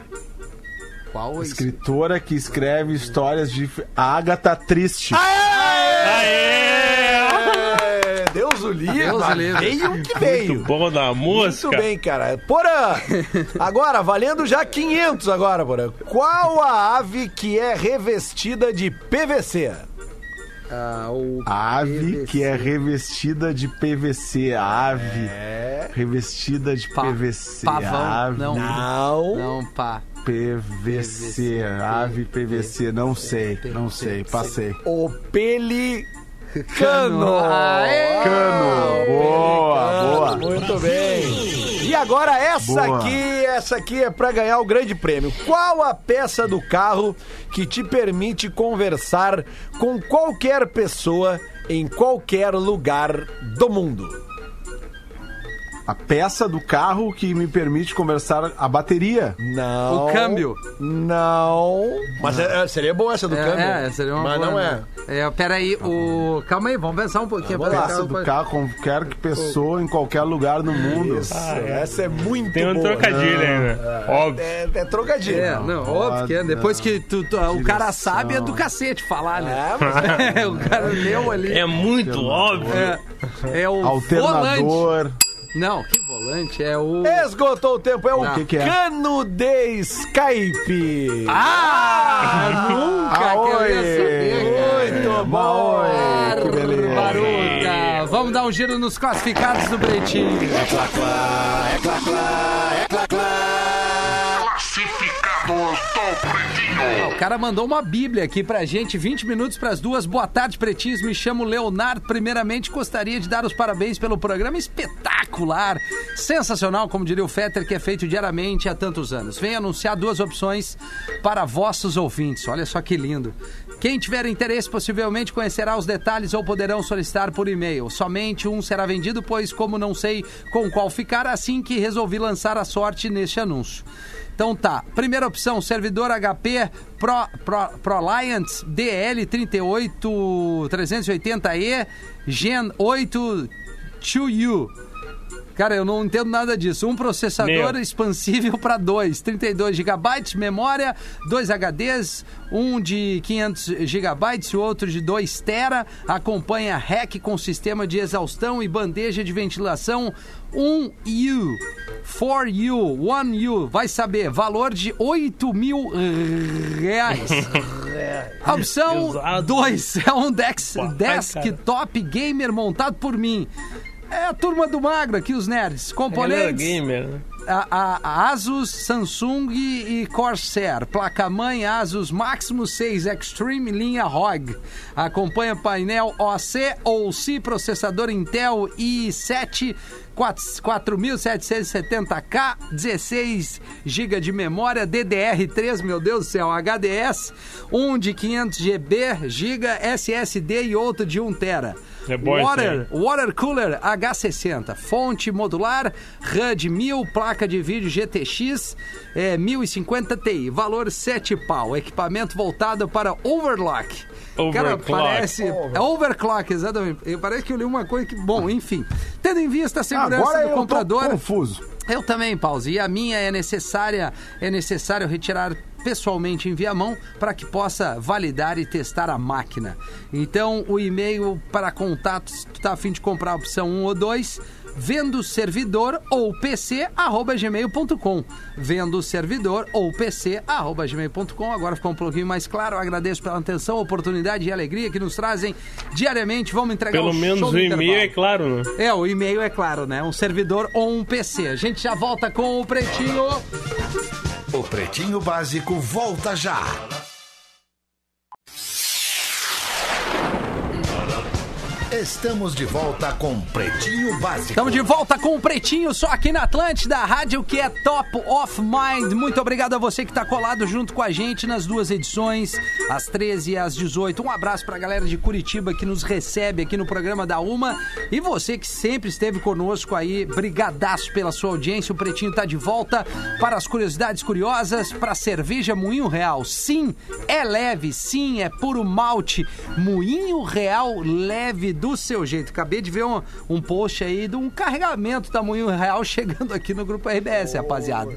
Qual é isso? Escritora que escreve histórias de... A Agatha Triste. Aê! Aê! Deus o livre. livre. Deus o livre. Veio o que veio. Bom da música. Muito bem, cara. Porã, agora, valendo já quinhentos agora, Porã. Qual a ave que é revestida de P V C? Ah, o A ave P V C. que é revestida de P V C. A ave É. revestida de Pa- P V C. pavão, Ave não. Não. Não, pá. P V C. Ave P V C. Não sei, não sei. Passei. O pelicano. Aê! Cano. Boa, boa. Muito bem. E agora essa Boa. aqui, essa aqui é pra ganhar o grande prêmio. Qual a peça do carro que te permite conversar com qualquer pessoa em qualquer lugar do mundo? A peça do carro que me permite conversar, a bateria. Não. O câmbio. Não. Mas é- seria boa essa do É, câmbio. é, seria uma Mas boa, não é. né? É, peraí, o... Calma aí, vamos pensar um pouquinho. Vamos lá. Peraí, Peça do calma- carro, qualquer pessoa em qualquer lugar no mundo. Isso, essa é muito Tem um boa. trocadilho aí, né? Óbvio. É, é trocadilho. É, não, óbvio que é. Depois que tu, tu- o cara Direção. sabe é do cacete falar, né? É, mas o cara leu ali. É muito óbvio. É, é o volante. Alternador. Não, que volante? É o... esgotou o tempo, é o Não. que que é? cano de Skype. Ah, nunca que eu ia Aoi! saber, cara. Muito bom. Aoi, que beleza. Baruca. Vamos dar um giro nos classificados do Pretinho. O cara mandou uma bíblia aqui pra gente, vinte minutos pras duas. Boa tarde, pretinhos. Me chamo Leonardo. Primeiramente, gostaria de dar os parabéns pelo programa espetacular, sensacional, como diria o Fetter, que é feito diariamente há tantos anos. Venho anunciar duas opções para vossos ouvintes. Olha só que lindo. Quem tiver interesse, possivelmente conhecerá os detalhes ou poderão solicitar por e-mail. Somente um será vendido, pois como não sei com qual ficar, assim que resolvi lançar a sorte neste anúncio. Então tá, primeira opção, servidor H P Pro, Pro, ProLiant D L trinta e oito trezentos e oitenta E Gen oito dois U. Cara, eu não entendo nada disso. Um processador Meu. expansível para dois, trinta e dois gigabytes, memória, dois H Ds, um de quinhentos gigabytes e o outro de dois tera. Acompanha rack com sistema de exaustão e bandeja de ventilação um U, quatro U, um U, vai saber, valor de oito mil reais. A opção Pesado. dois é um dex, Pô, desktop gamer montado por mim. É a turma do Magro aqui, os nerds. Galera Componentes, gamer, né? a, a- a Asus, Samsung e Corsair. Placa-mãe Asus Maximus seis Extreme, linha R O G. Acompanha painel O C ou C, processador Intel i sete quatro mil setecentos e setenta K, dezesseis gigabytes de memória, D D R três, meu Deus do céu, H D S, um de quinhentos gigabytes, S S D e outro de um tera. É bom isso Water, Water Cooler H sessenta, fonte modular, R A D mil, placa de vídeo G T X é, mil e cinquenta Ti, valor sete pau, equipamento voltado para overclock. Cara, Overclock. parece... É overclock, exatamente. Parece que eu li uma coisa que... Bom, enfim. Tendo em vista a segurança Agora do eu tô comprador... confuso. Eu também, Pause. E a minha é necessária, é necessário retirar pessoalmente em Viamão para que possa validar e testar a máquina. Então, o e-mail para contatos, tu tá a fim de comprar a opção um ou dois, vendo servidor ou pc arroba gmail ponto com. Vendo servidor ou pc arroba gmail ponto com. Agora ficou um pouquinho mais claro. Eu agradeço pela atenção, oportunidade e alegria que nos trazem diariamente. Vamos entregar Pelo o menos show o do e-mail intervalo. é claro, né? É, o e-mail é claro, né? Um servidor ou um P C. A gente já volta com o Pretinho. O Pretinho Básico volta já. Estamos de volta com Pretinho Básico. Estamos de volta com o Pretinho, só aqui na Atlântida, a rádio que é top of mind. Muito obrigado a você que está colado junto com a gente nas duas edições, às treze e às dezoito. Um abraço para a galera de Curitiba que nos recebe aqui no programa da Uma. E você que sempre esteve conosco aí, brigadaço pela sua audiência. O Pretinho está de volta para as curiosidades curiosas, para a cerveja Moinho Real. Sim, é leve, sim, é puro malte. Moinho Real leve do seu jeito. Acabei de ver um, um post aí de um carregamento da Moinho Real chegando aqui no Grupo R B S, rapaziada.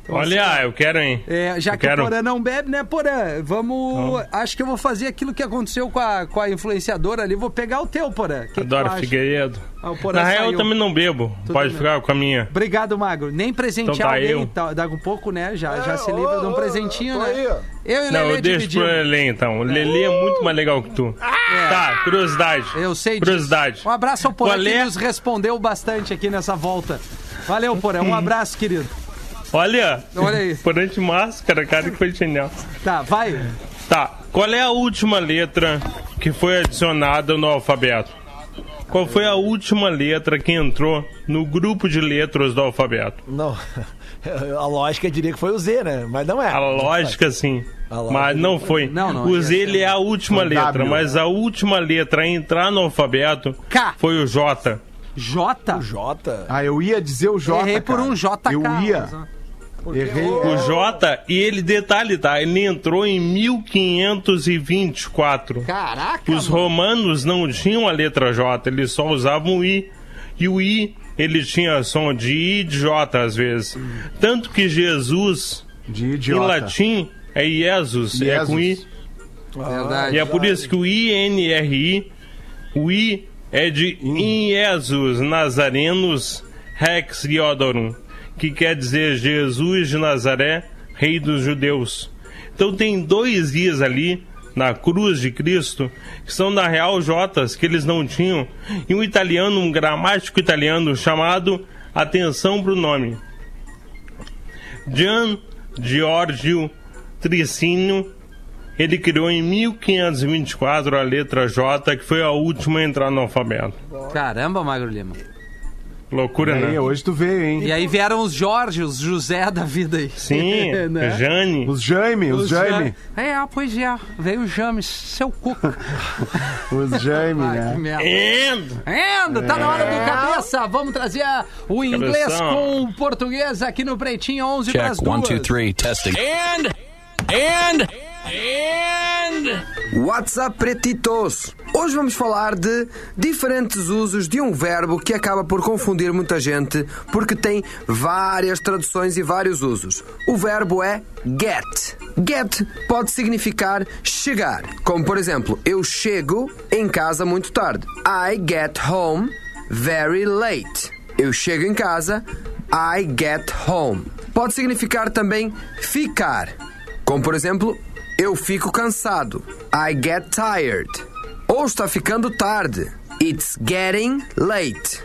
Então, Olha, assim, eu quero, hein? É, já eu que quero. o Porã não bebe, né, Porã? Vamos. Então. Acho que eu vou fazer aquilo que aconteceu com a, com a influenciadora ali. Vou pegar o teu, Porã. Que Adoro que Figueiredo. Ah, o Porã Na real, saiu. eu também não bebo. Tudo Pode bem. ficar com a minha. Obrigado, Magro. Nem presentear Então tá, alguém. eu. Tá, dá um pouco, né? Já, já É, se livra ô, de um ô, presentinho, tô né? aí, ó. Eu e o Não, Lelê eu deixo pro dividimos. Lelê, então. O Lelê é muito mais legal que tu. Tá, curiosidade. Eu sei disso. Curiosidade. Um abraço ao Porã Qual que é? nos respondeu bastante aqui nessa volta. Valeu, Porã. Um abraço, querido. Olha. Olha aí. Porã de máscara, cara, que foi genial. Tá, vai. Tá, qual é a última letra que foi adicionada no alfabeto? Qual foi a última letra que entrou no grupo de letras do alfabeto? Não, a lógica diria que foi o Z, né? Mas não é. A lógica, sim. A lógica Mas não foi. Não, não, o ia Z, ser- ele é a última Foi letra, W. mas a última letra a entrar no alfabeto K. foi o J. J. J. Ah, eu ia dizer o J, Errei por cara. um J K. Eu ia. mas- Errei. O J, e ele, detalhe, tá? Ele entrou em mil quinhentos e vinte e quatro. Caraca, Os mano. romanos não tinham a letra J, eles só usavam o I. E o I, ele tinha som de I e de J às vezes. Tanto que Jesus, De em idiota. latim, é Jesus, é com I. Jesus. Verdade. E é por isso que o I N R I, o I é de Iesus Nazarenos Rex Iodorum, que quer dizer Jesus de Nazaré, Rei dos Judeus. Então tem dois I's ali na cruz de Cristo que são na real J's que eles não tinham, e um italiano, um gramático italiano chamado, atenção pro nome, Gian Giorgio Tricínio. Ele criou em mil quinhentos e vinte e quatro a letra J, que foi a última a entrar no alfabeto. Caramba, Magro Lima. Loucura, Aí, né? hoje tu veio, hein? E aí vieram os Jorge, os José da vida aí. Sim, Né? Jane. Os Jaime, os Jaime. É, pois é. Veio o James, seu cuca. Os Jaime, Ai, que né? merda. And... Endo, tá na hora do cabeça. Vamos trazer o inglês Cabeção. com o português aqui no Pretinho onze para as Check, duas. one, two, three, testing. And, and, and... What's up, pretitos? Hoje vamos falar de diferentes usos de um verbo que acaba por confundir muita gente porque tem várias traduções e vários usos. O verbo é get. Get pode significar chegar, como por exemplo, eu chego em casa muito tarde. I get home very late. Eu chego em casa, I get home. Pode significar também ficar, como por exemplo, eu fico cansado. I get tired. Ou está ficando tarde. It's getting late.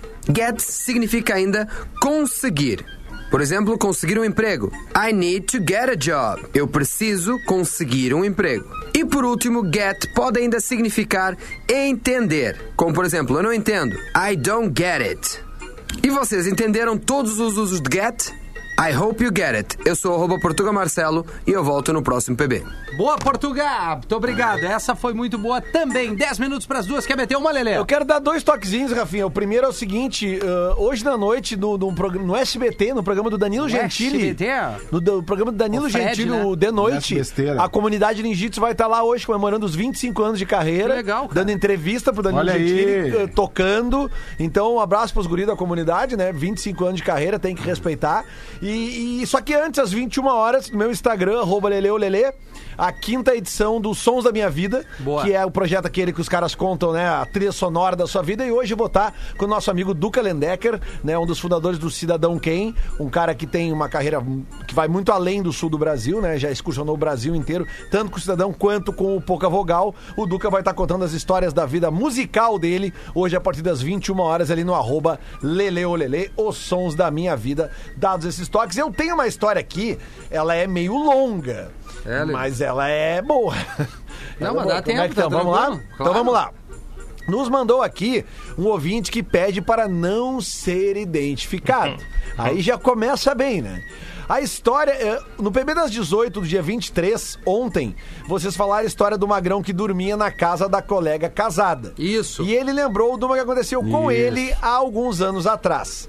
Get significa ainda conseguir. Por exemplo, conseguir um emprego. I need to get a job. Eu preciso conseguir um emprego. E por último, get pode ainda significar entender. Como por exemplo, eu não entendo. I don't get it. E vocês entenderam todos os usos de get? I hope you get it. Eu sou arroba Portuga Marcelo e eu volto no próximo P B. Boa, Portugal. Muito obrigado. Essa foi muito boa também. dez minutos para as duas. Quer meter uma, Lelê? Eu quero dar dois toquezinhos, Rafinha. O primeiro é o seguinte: uh, hoje na noite, no, no, programa- no S B T, no programa do Danilo No Gentili. S B T? No, do- programa do Danilo O Fred, Gentili, né? o De Noite. Nessa besteira. A comunidade Ninjitsu vai estar lá hoje comemorando os vinte e cinco anos de carreira. Que legal, cara. Dando entrevista pro Danilo Olha aí. Gentili, uh, tocando. Então, um abraço pros guris da comunidade, né? vinte e cinco anos de carreira, tem que respeitar. E, e só que antes, às vinte e uma horas, no meu Instagram, arroba leleolele, a quinta edição dos Sons da Minha Vida, Boa. que é o projeto aquele que os caras contam, né, a trilha sonora da sua vida. E hoje eu vou estar com o nosso amigo Duca Lendecker, né, um dos fundadores do Cidadão Quem, um cara que tem uma carreira que vai muito além do sul do Brasil, né, já excursionou o Brasil inteiro, tanto com o Cidadão quanto com o Pouca Vogal. O Duca vai estar contando as histórias da vida musical dele, hoje a partir das vinte e uma horas ali no arroba leleolele, os Sons da Minha Vida. Dados esses toques, eu tenho uma história aqui, ela é meio longa, É, Lelê. mas ela é boa. Não, Ela é mas boa. dá Como é tempo, que tá tá? Vamos lá? tranquilo. Então Claro. vamos lá. Nos mandou aqui um ouvinte que pede para não ser identificado. Aí já começa bem, né? A história, é, no P B das dezoito, do dia vinte e três, ontem, vocês falaram a história do magrão que dormia na casa da colega casada. Isso. E ele lembrou de uma que aconteceu com Isso. ele há alguns anos atrás.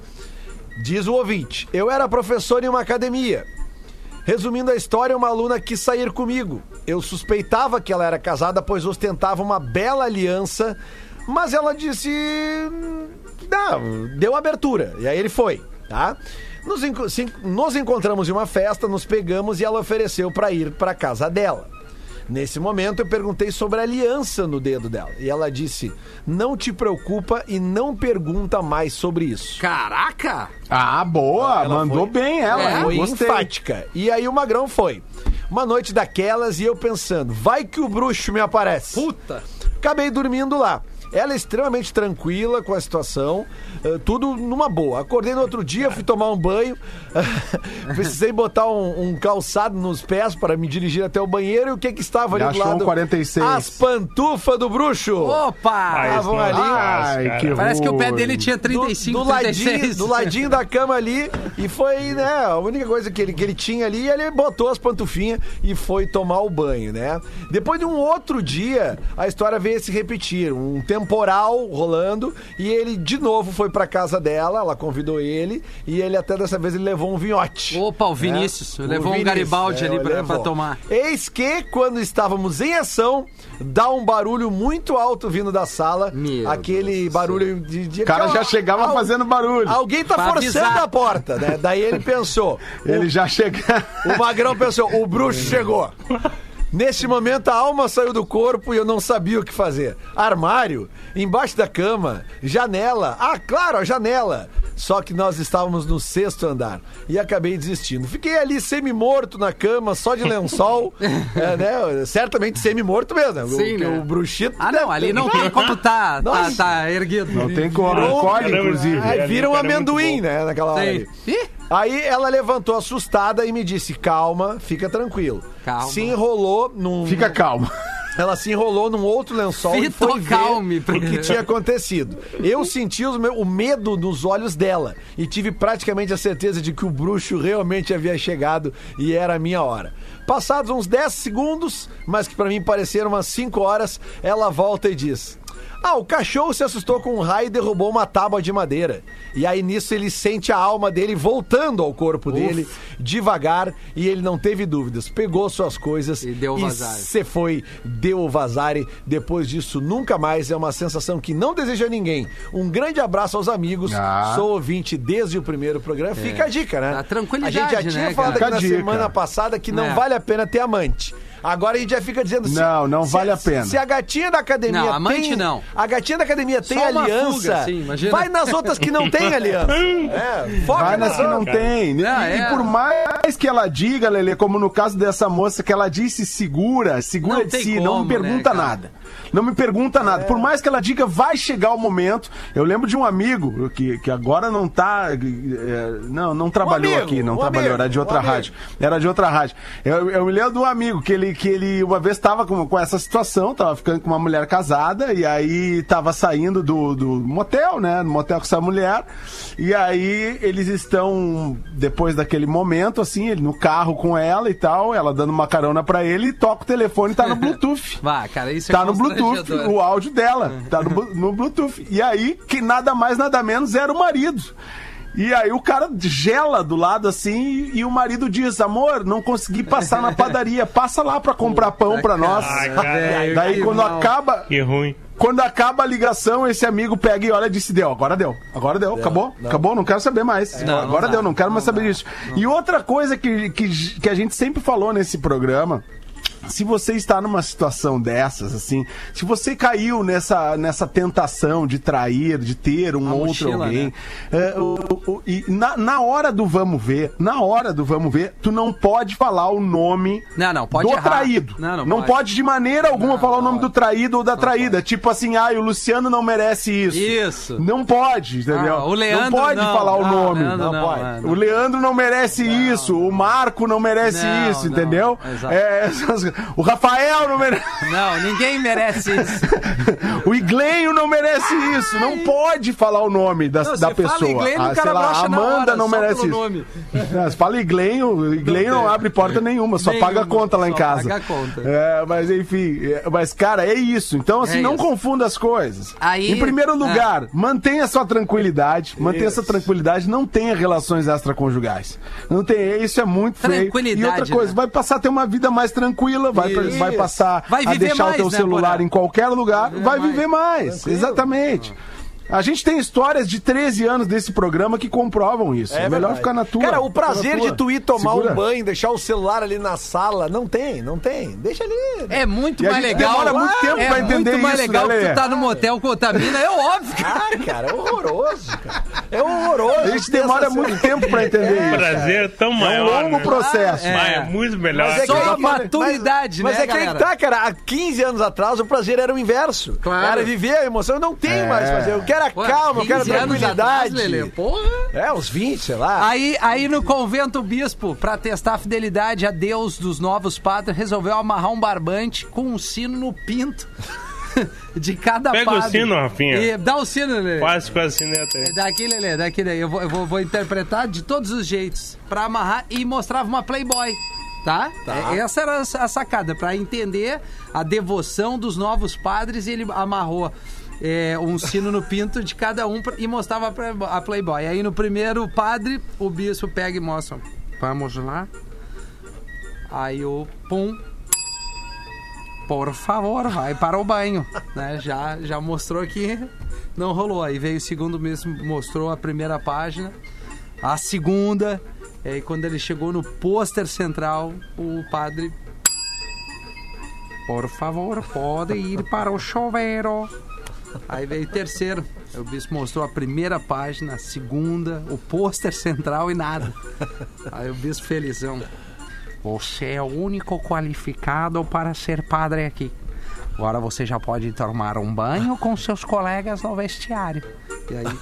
Diz o ouvinte: eu era professor em uma academia. Resumindo a história, uma aluna quis sair comigo. Eu suspeitava que ela era casada, pois ostentava uma bela aliança, mas ela disse... Não, deu abertura. E aí ele foi, tá? Nos, enco- se- nos encontramos em uma festa, nos pegamos e ela ofereceu pra ir pra casa dela. Nesse momento, eu perguntei sobre a aliança no dedo dela. E ela disse, não te preocupa e não pergunta mais sobre isso. Caraca! Ah, boa, Ela mandou foi- bem ela. Ela hein? foi Gostei. enfática. E aí o Magrão foi. Uma noite daquelas e eu pensando, vai que o bruxo me aparece. Puta! Acabei dormindo lá. Ela é extremamente tranquila com a situação, eh, tudo numa boa. Acordei no outro dia, fui tomar um banho, precisei botar um, um calçado nos pés para me dirigir até o banheiro e o que que estava ali Já do achou lado? um quarenta e seis. As pantufas do bruxo. Opa! Estavam Ai, ali. Ai, que Parece que o pé ruim. dele tinha trinta e Do, cinco, do, trinta e ladinho, seis. do ladinho da cama ali. E foi, né, a única coisa que ele, que ele tinha ali, ele botou as pantufinhas e foi tomar o banho, né? Depois de um outro dia, a história veio a se repetir. Um temporal rolando e ele de novo foi pra casa dela, ela convidou ele e ele até dessa vez ele levou um vinhote. Opa, o Vinícius. É, Levou o um Vinícius, Garibaldi é, ali pra, levou. pra tomar. Eis que, quando estávamos em ação, dá um barulho muito alto vindo da sala. Meu aquele Deus do barulho de, de... O cara já chegava Al- fazendo barulho. Alguém tá Pra forçando avisar. a porta, né? Daí ele pensou. Ele já chega. O Magrão pensou, o bruxo chegou. Neste momento, a alma saiu do corpo e eu não sabia o que fazer. Armário, embaixo da cama, janela. Ah, claro, a janela. Só que nós estávamos no sexto andar e acabei desistindo. Fiquei ali semi-morto na cama, só de lençol. é, né? Certamente semi-morto mesmo. Né? Sim, o, né? o bruxito... Ah, não, ali não tem como tá, tá, Nossa. tá erguido. Não tem como. Virou- Colhe, Caramba, inclusive. é, Aí ali vira o um cara é muito amendoim, bom. né? Naquela hora Sim. ali. Ih, Aí ela levantou assustada e me disse, calma, fica tranquilo. Calma. Se enrolou num... Fica calmo. Ela se enrolou num outro lençol e Fito foi ver calme. o que tinha acontecido. Eu senti os meu- o medo nos olhos dela e tive praticamente a certeza de que o bruxo realmente havia chegado e era a minha hora. Passados uns dez segundos, mas que pra mim pareceram umas cinco horas, ela volta e diz... Ah, o cachorro se assustou com um raio e derrubou uma tábua de madeira. E aí nisso ele sente a alma dele voltando ao corpo dele, devagar, e ele não teve dúvidas. Pegou suas coisas E deu vazare. se foi, deu o vazare. Depois disso, nunca mais. É uma sensação que não deseja a ninguém. Um grande abraço aos amigos. Ah. Sou ouvinte desde o primeiro programa. Fica a dica, né? A tranquilidade, A gente já né, tinha cara? falado Fica aqui a na dica. semana passada que não É. vale a pena ter amante. Agora a gente já fica dizendo... se- Não, não se- vale a pena. Se a gatinha da academia Não, amante tem... não. A gatinha da academia tem Só uma aliança. fuga, sim, imagina. Vai nas outras que não tem aliança. É, foca Vai nas nas que não outras. tem. Não, e, e é. por mais que ela diga, Lelê, como no caso dessa moça, que ela disse segura, segura Não de tem si, como, não me pergunta né, cara? nada. Não me pergunta nada. Por mais que ela diga, vai chegar o momento. Eu lembro de um amigo que, que agora não tá. é, não, não trabalhou amigo, aqui, não um trabalhou, amigo, era de um outra amigo. rádio. Era de outra rádio. Eu, eu me lembro de um amigo que ele, que ele uma vez estava com, com essa situação, tava ficando com uma mulher casada, e aí tava saindo do, do motel, né? No motel com essa mulher. E aí eles estão, depois daquele momento, assim, ele no carro com ela e tal, ela dando uma carona pra ele, e toca o telefone e tá no Bluetooth. Vá, cara, isso é Tá no Bluetooth, constrangedor. o áudio dela. Tá no, no Bluetooth. E aí, que nada mais, nada menos era o marido. E aí o cara gela do lado assim e o marido diz, amor, não consegui passar na padaria, passa lá pra comprar pão pra nós. Ah, cara, Daí que quando mal. acaba... que ruim. Quando acaba a ligação, esse amigo pega e olha e disse, deu, agora deu, agora deu, acabou, acabou, não quero saber mais, Não, agora não deu, dá, não quero não mais saber dá, disso. E outra coisa que, que, que a gente sempre falou nesse programa, se você está numa situação dessas, assim, se você caiu nessa, nessa tentação de trair, de ter um A outro mochila, alguém, né? é, o- o- e na, na hora do vamos ver, na hora do vamos ver, tu não pode falar o nome Não, não, pode do errar. traído. Não, não pode. pode. de maneira alguma Não, falar o não nome pode. do traído ou da traída. Tipo assim, ah, o Luciano não merece isso. Isso. Não pode, entendeu? Ah, o Leandro não pode não. falar o Ah, nome. Leandro não, não, pode. é, não. O Leandro não merece isso. O Marco não merece Não, isso, não, entendeu? exato. É, essas- o Rafael não merece. Não, ninguém merece isso. O Iglenho não merece isso. Não pode falar o nome da, Não, da se pessoa. fala Iglenho, Ah, o cara sei lá, brocha a na Amanda hora, não só merece pelo isso. nome. É, se fala Iglenho, o Iglenho não, tem. abre porta nenhuma, só Nenhuma, paga a conta lá em só casa. paga a conta. É, mas enfim, é, mas cara, é isso. Então, assim, É não isso. confunda as coisas. Aí- em primeiro lugar, mantenha sua tranquilidade, mantenha essa tranquilidade, não tenha relações extraconjugais. Não tenha, isso é muito feio. E Tranquilidade, outra coisa, né? vai passar a ter uma vida mais tranquila, vai, Isso. vai passar Vai a viver deixar mais, o teu né, celular Porã? em qualquer lugar, vai mais. viver mais. Exatamente. A gente tem histórias de treze anos desse programa que comprovam isso. É, é melhor verdade. ficar na tua. Cara, o prazer de tu ir tomar Segura. um banho, deixar o celular ali na sala, não tem, não tem. Deixa ali. É muito E a mais gente legal. demora muito tempo é pra entender muito mais isso, legal né, que Lelê? tu tá no motel com o Otamina, é óbvio. Ah, cara, é horroroso, cara. É horroroso. A gente demora muito tempo pra entender O isso. prazer é tão É um maior. longo né? processo. É. Ah, é muito melhor. Mas é Só que- a maturidade, mas, né, Mas é que aí galera? que tá, cara. Há quinze anos atrás o prazer era o inverso. Claro. Era viver a emoção. Eu não tenho É. mais prazer. Eu quero a Pô, calma, eu quero a quinze anos atrás, tranquilidade. Lelê, porra. É, uns vinte, sei lá. Aí, aí no convento o bispo, pra testar a fidelidade a Deus dos novos padres, resolveu amarrar um barbante com um sino no pinto de cada Pega padre. o sino, Rafinha. E dá o sino, Lelê. Quase com a sineta aí. Daqui, Lelê, daqui daí. Eu vou, eu vou, vou interpretar de todos os jeitos pra amarrar e mostrava uma Playboy. Tá? É, essa era a sacada, pra entender a devoção dos novos padres. Ele amarrou é, um sino no pinto de cada um pra- e mostrava a Playboy- a Playboy. Aí no primeiro padre, o bispo pega e mostra. Vamos lá. Aí o pum. Por favor, vai para o banho. Né? Já, já mostrou que não rolou. Aí veio o segundo mesmo, mostrou a primeira página, a segunda. E aí quando ele chegou no pôster central, o padre... Por favor, pode ir para o chuveiro. Aí veio o terceiro. O bispo mostrou a primeira página, a segunda, o pôster central e nada. Aí o bispo felizão. Você é o único qualificado para ser padre aqui. Agora você já pode tomar um banho com seus colegas no vestiário. E aí...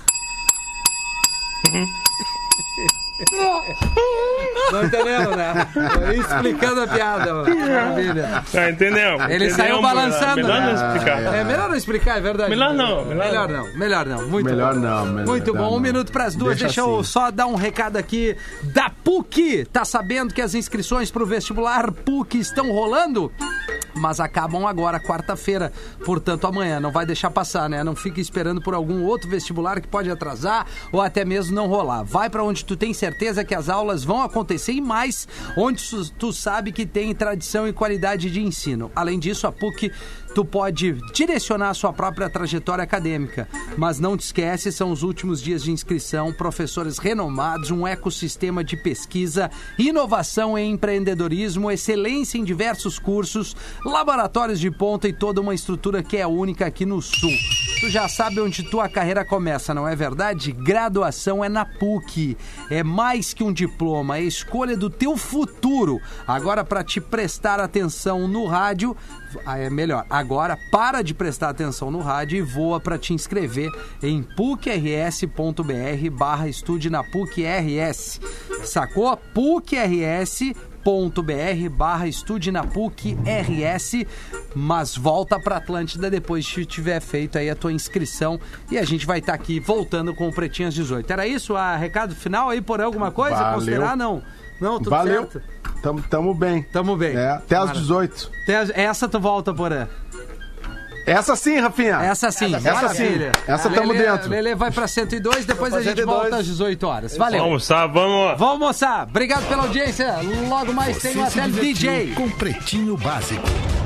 Não entendeu, né? Tô explicando a piada. Maravilha. Ah, entendeu? Ele Entendeu, saiu mano? balançando. Melhor não né? explicar. É melhor não explicar, é verdade. Melhor não, melhor Melhor não, melhor não. Muito Melhor bom. não, melhor Muito bom. não. Um minuto para as duas. Deixa, Deixa eu assim. só dar um recado aqui da P U C. Tá sabendo que as inscrições para o vestibular P U C estão rolando? Mas acabam agora, quarta-feira. Portanto, amanhã. Não vai deixar passar, né? Não fique esperando por algum outro vestibular que pode atrasar ou até mesmo não rolar. Vai para onde tu tem certeza que as aulas vão acontecer e mais, onde tu, tu sabe que tem tradição e qualidade de ensino. Além disso, a P U C, tu pode direcionar a sua própria trajetória acadêmica. Mas não te esquece, são os últimos dias de inscrição, professores renomados, um ecossistema de pesquisa, inovação e empreendedorismo, excelência em diversos cursos, laboratórios de ponta e toda uma estrutura que é única aqui no Sul. Tu já sabe onde tua carreira começa, não é verdade? Graduação é na P U C. É mais que um diploma, é a escolha do teu futuro. Agora, para te prestar atenção no rádio, ah, é melhor. Agora, para de prestar atenção no rádio e voa para te inscrever em pucrs.br barra estude na PUC-RS. Sacou? PUCRS .br barra estude na PUC-RS, mas volta pra Atlântida depois que tiver feito aí a tua inscrição e a gente vai estar tá aqui voltando com o Pretinho às dezoito. Era isso? A recado final aí por alguma coisa? Valeu. Considerar? Não. Não, tudo Valeu. certo. Tamo, tamo bem. Tamo bem. É, até às Mara. dezoito. Até as- Essa tu volta, Porã. Essa sim, Rafinha. Essa sim. Essa Maravilha. sim. Essa tamo Lelê- dentro. Lelê vai pra cento e dois, depois Vou a pra gente cento e dois. volta às dezoito horas. Valeu. Vamos, tá, vamos. Vamos almoçar. Obrigado pela audiência. Logo mais tem o Você se Até D J. divertiu com Pretinho Básico.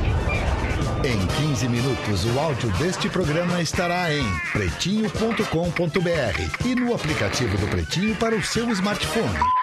Em quinze minutos, o áudio deste programa estará em pretinho ponto com ponto br e no aplicativo do Pretinho para o seu smartphone.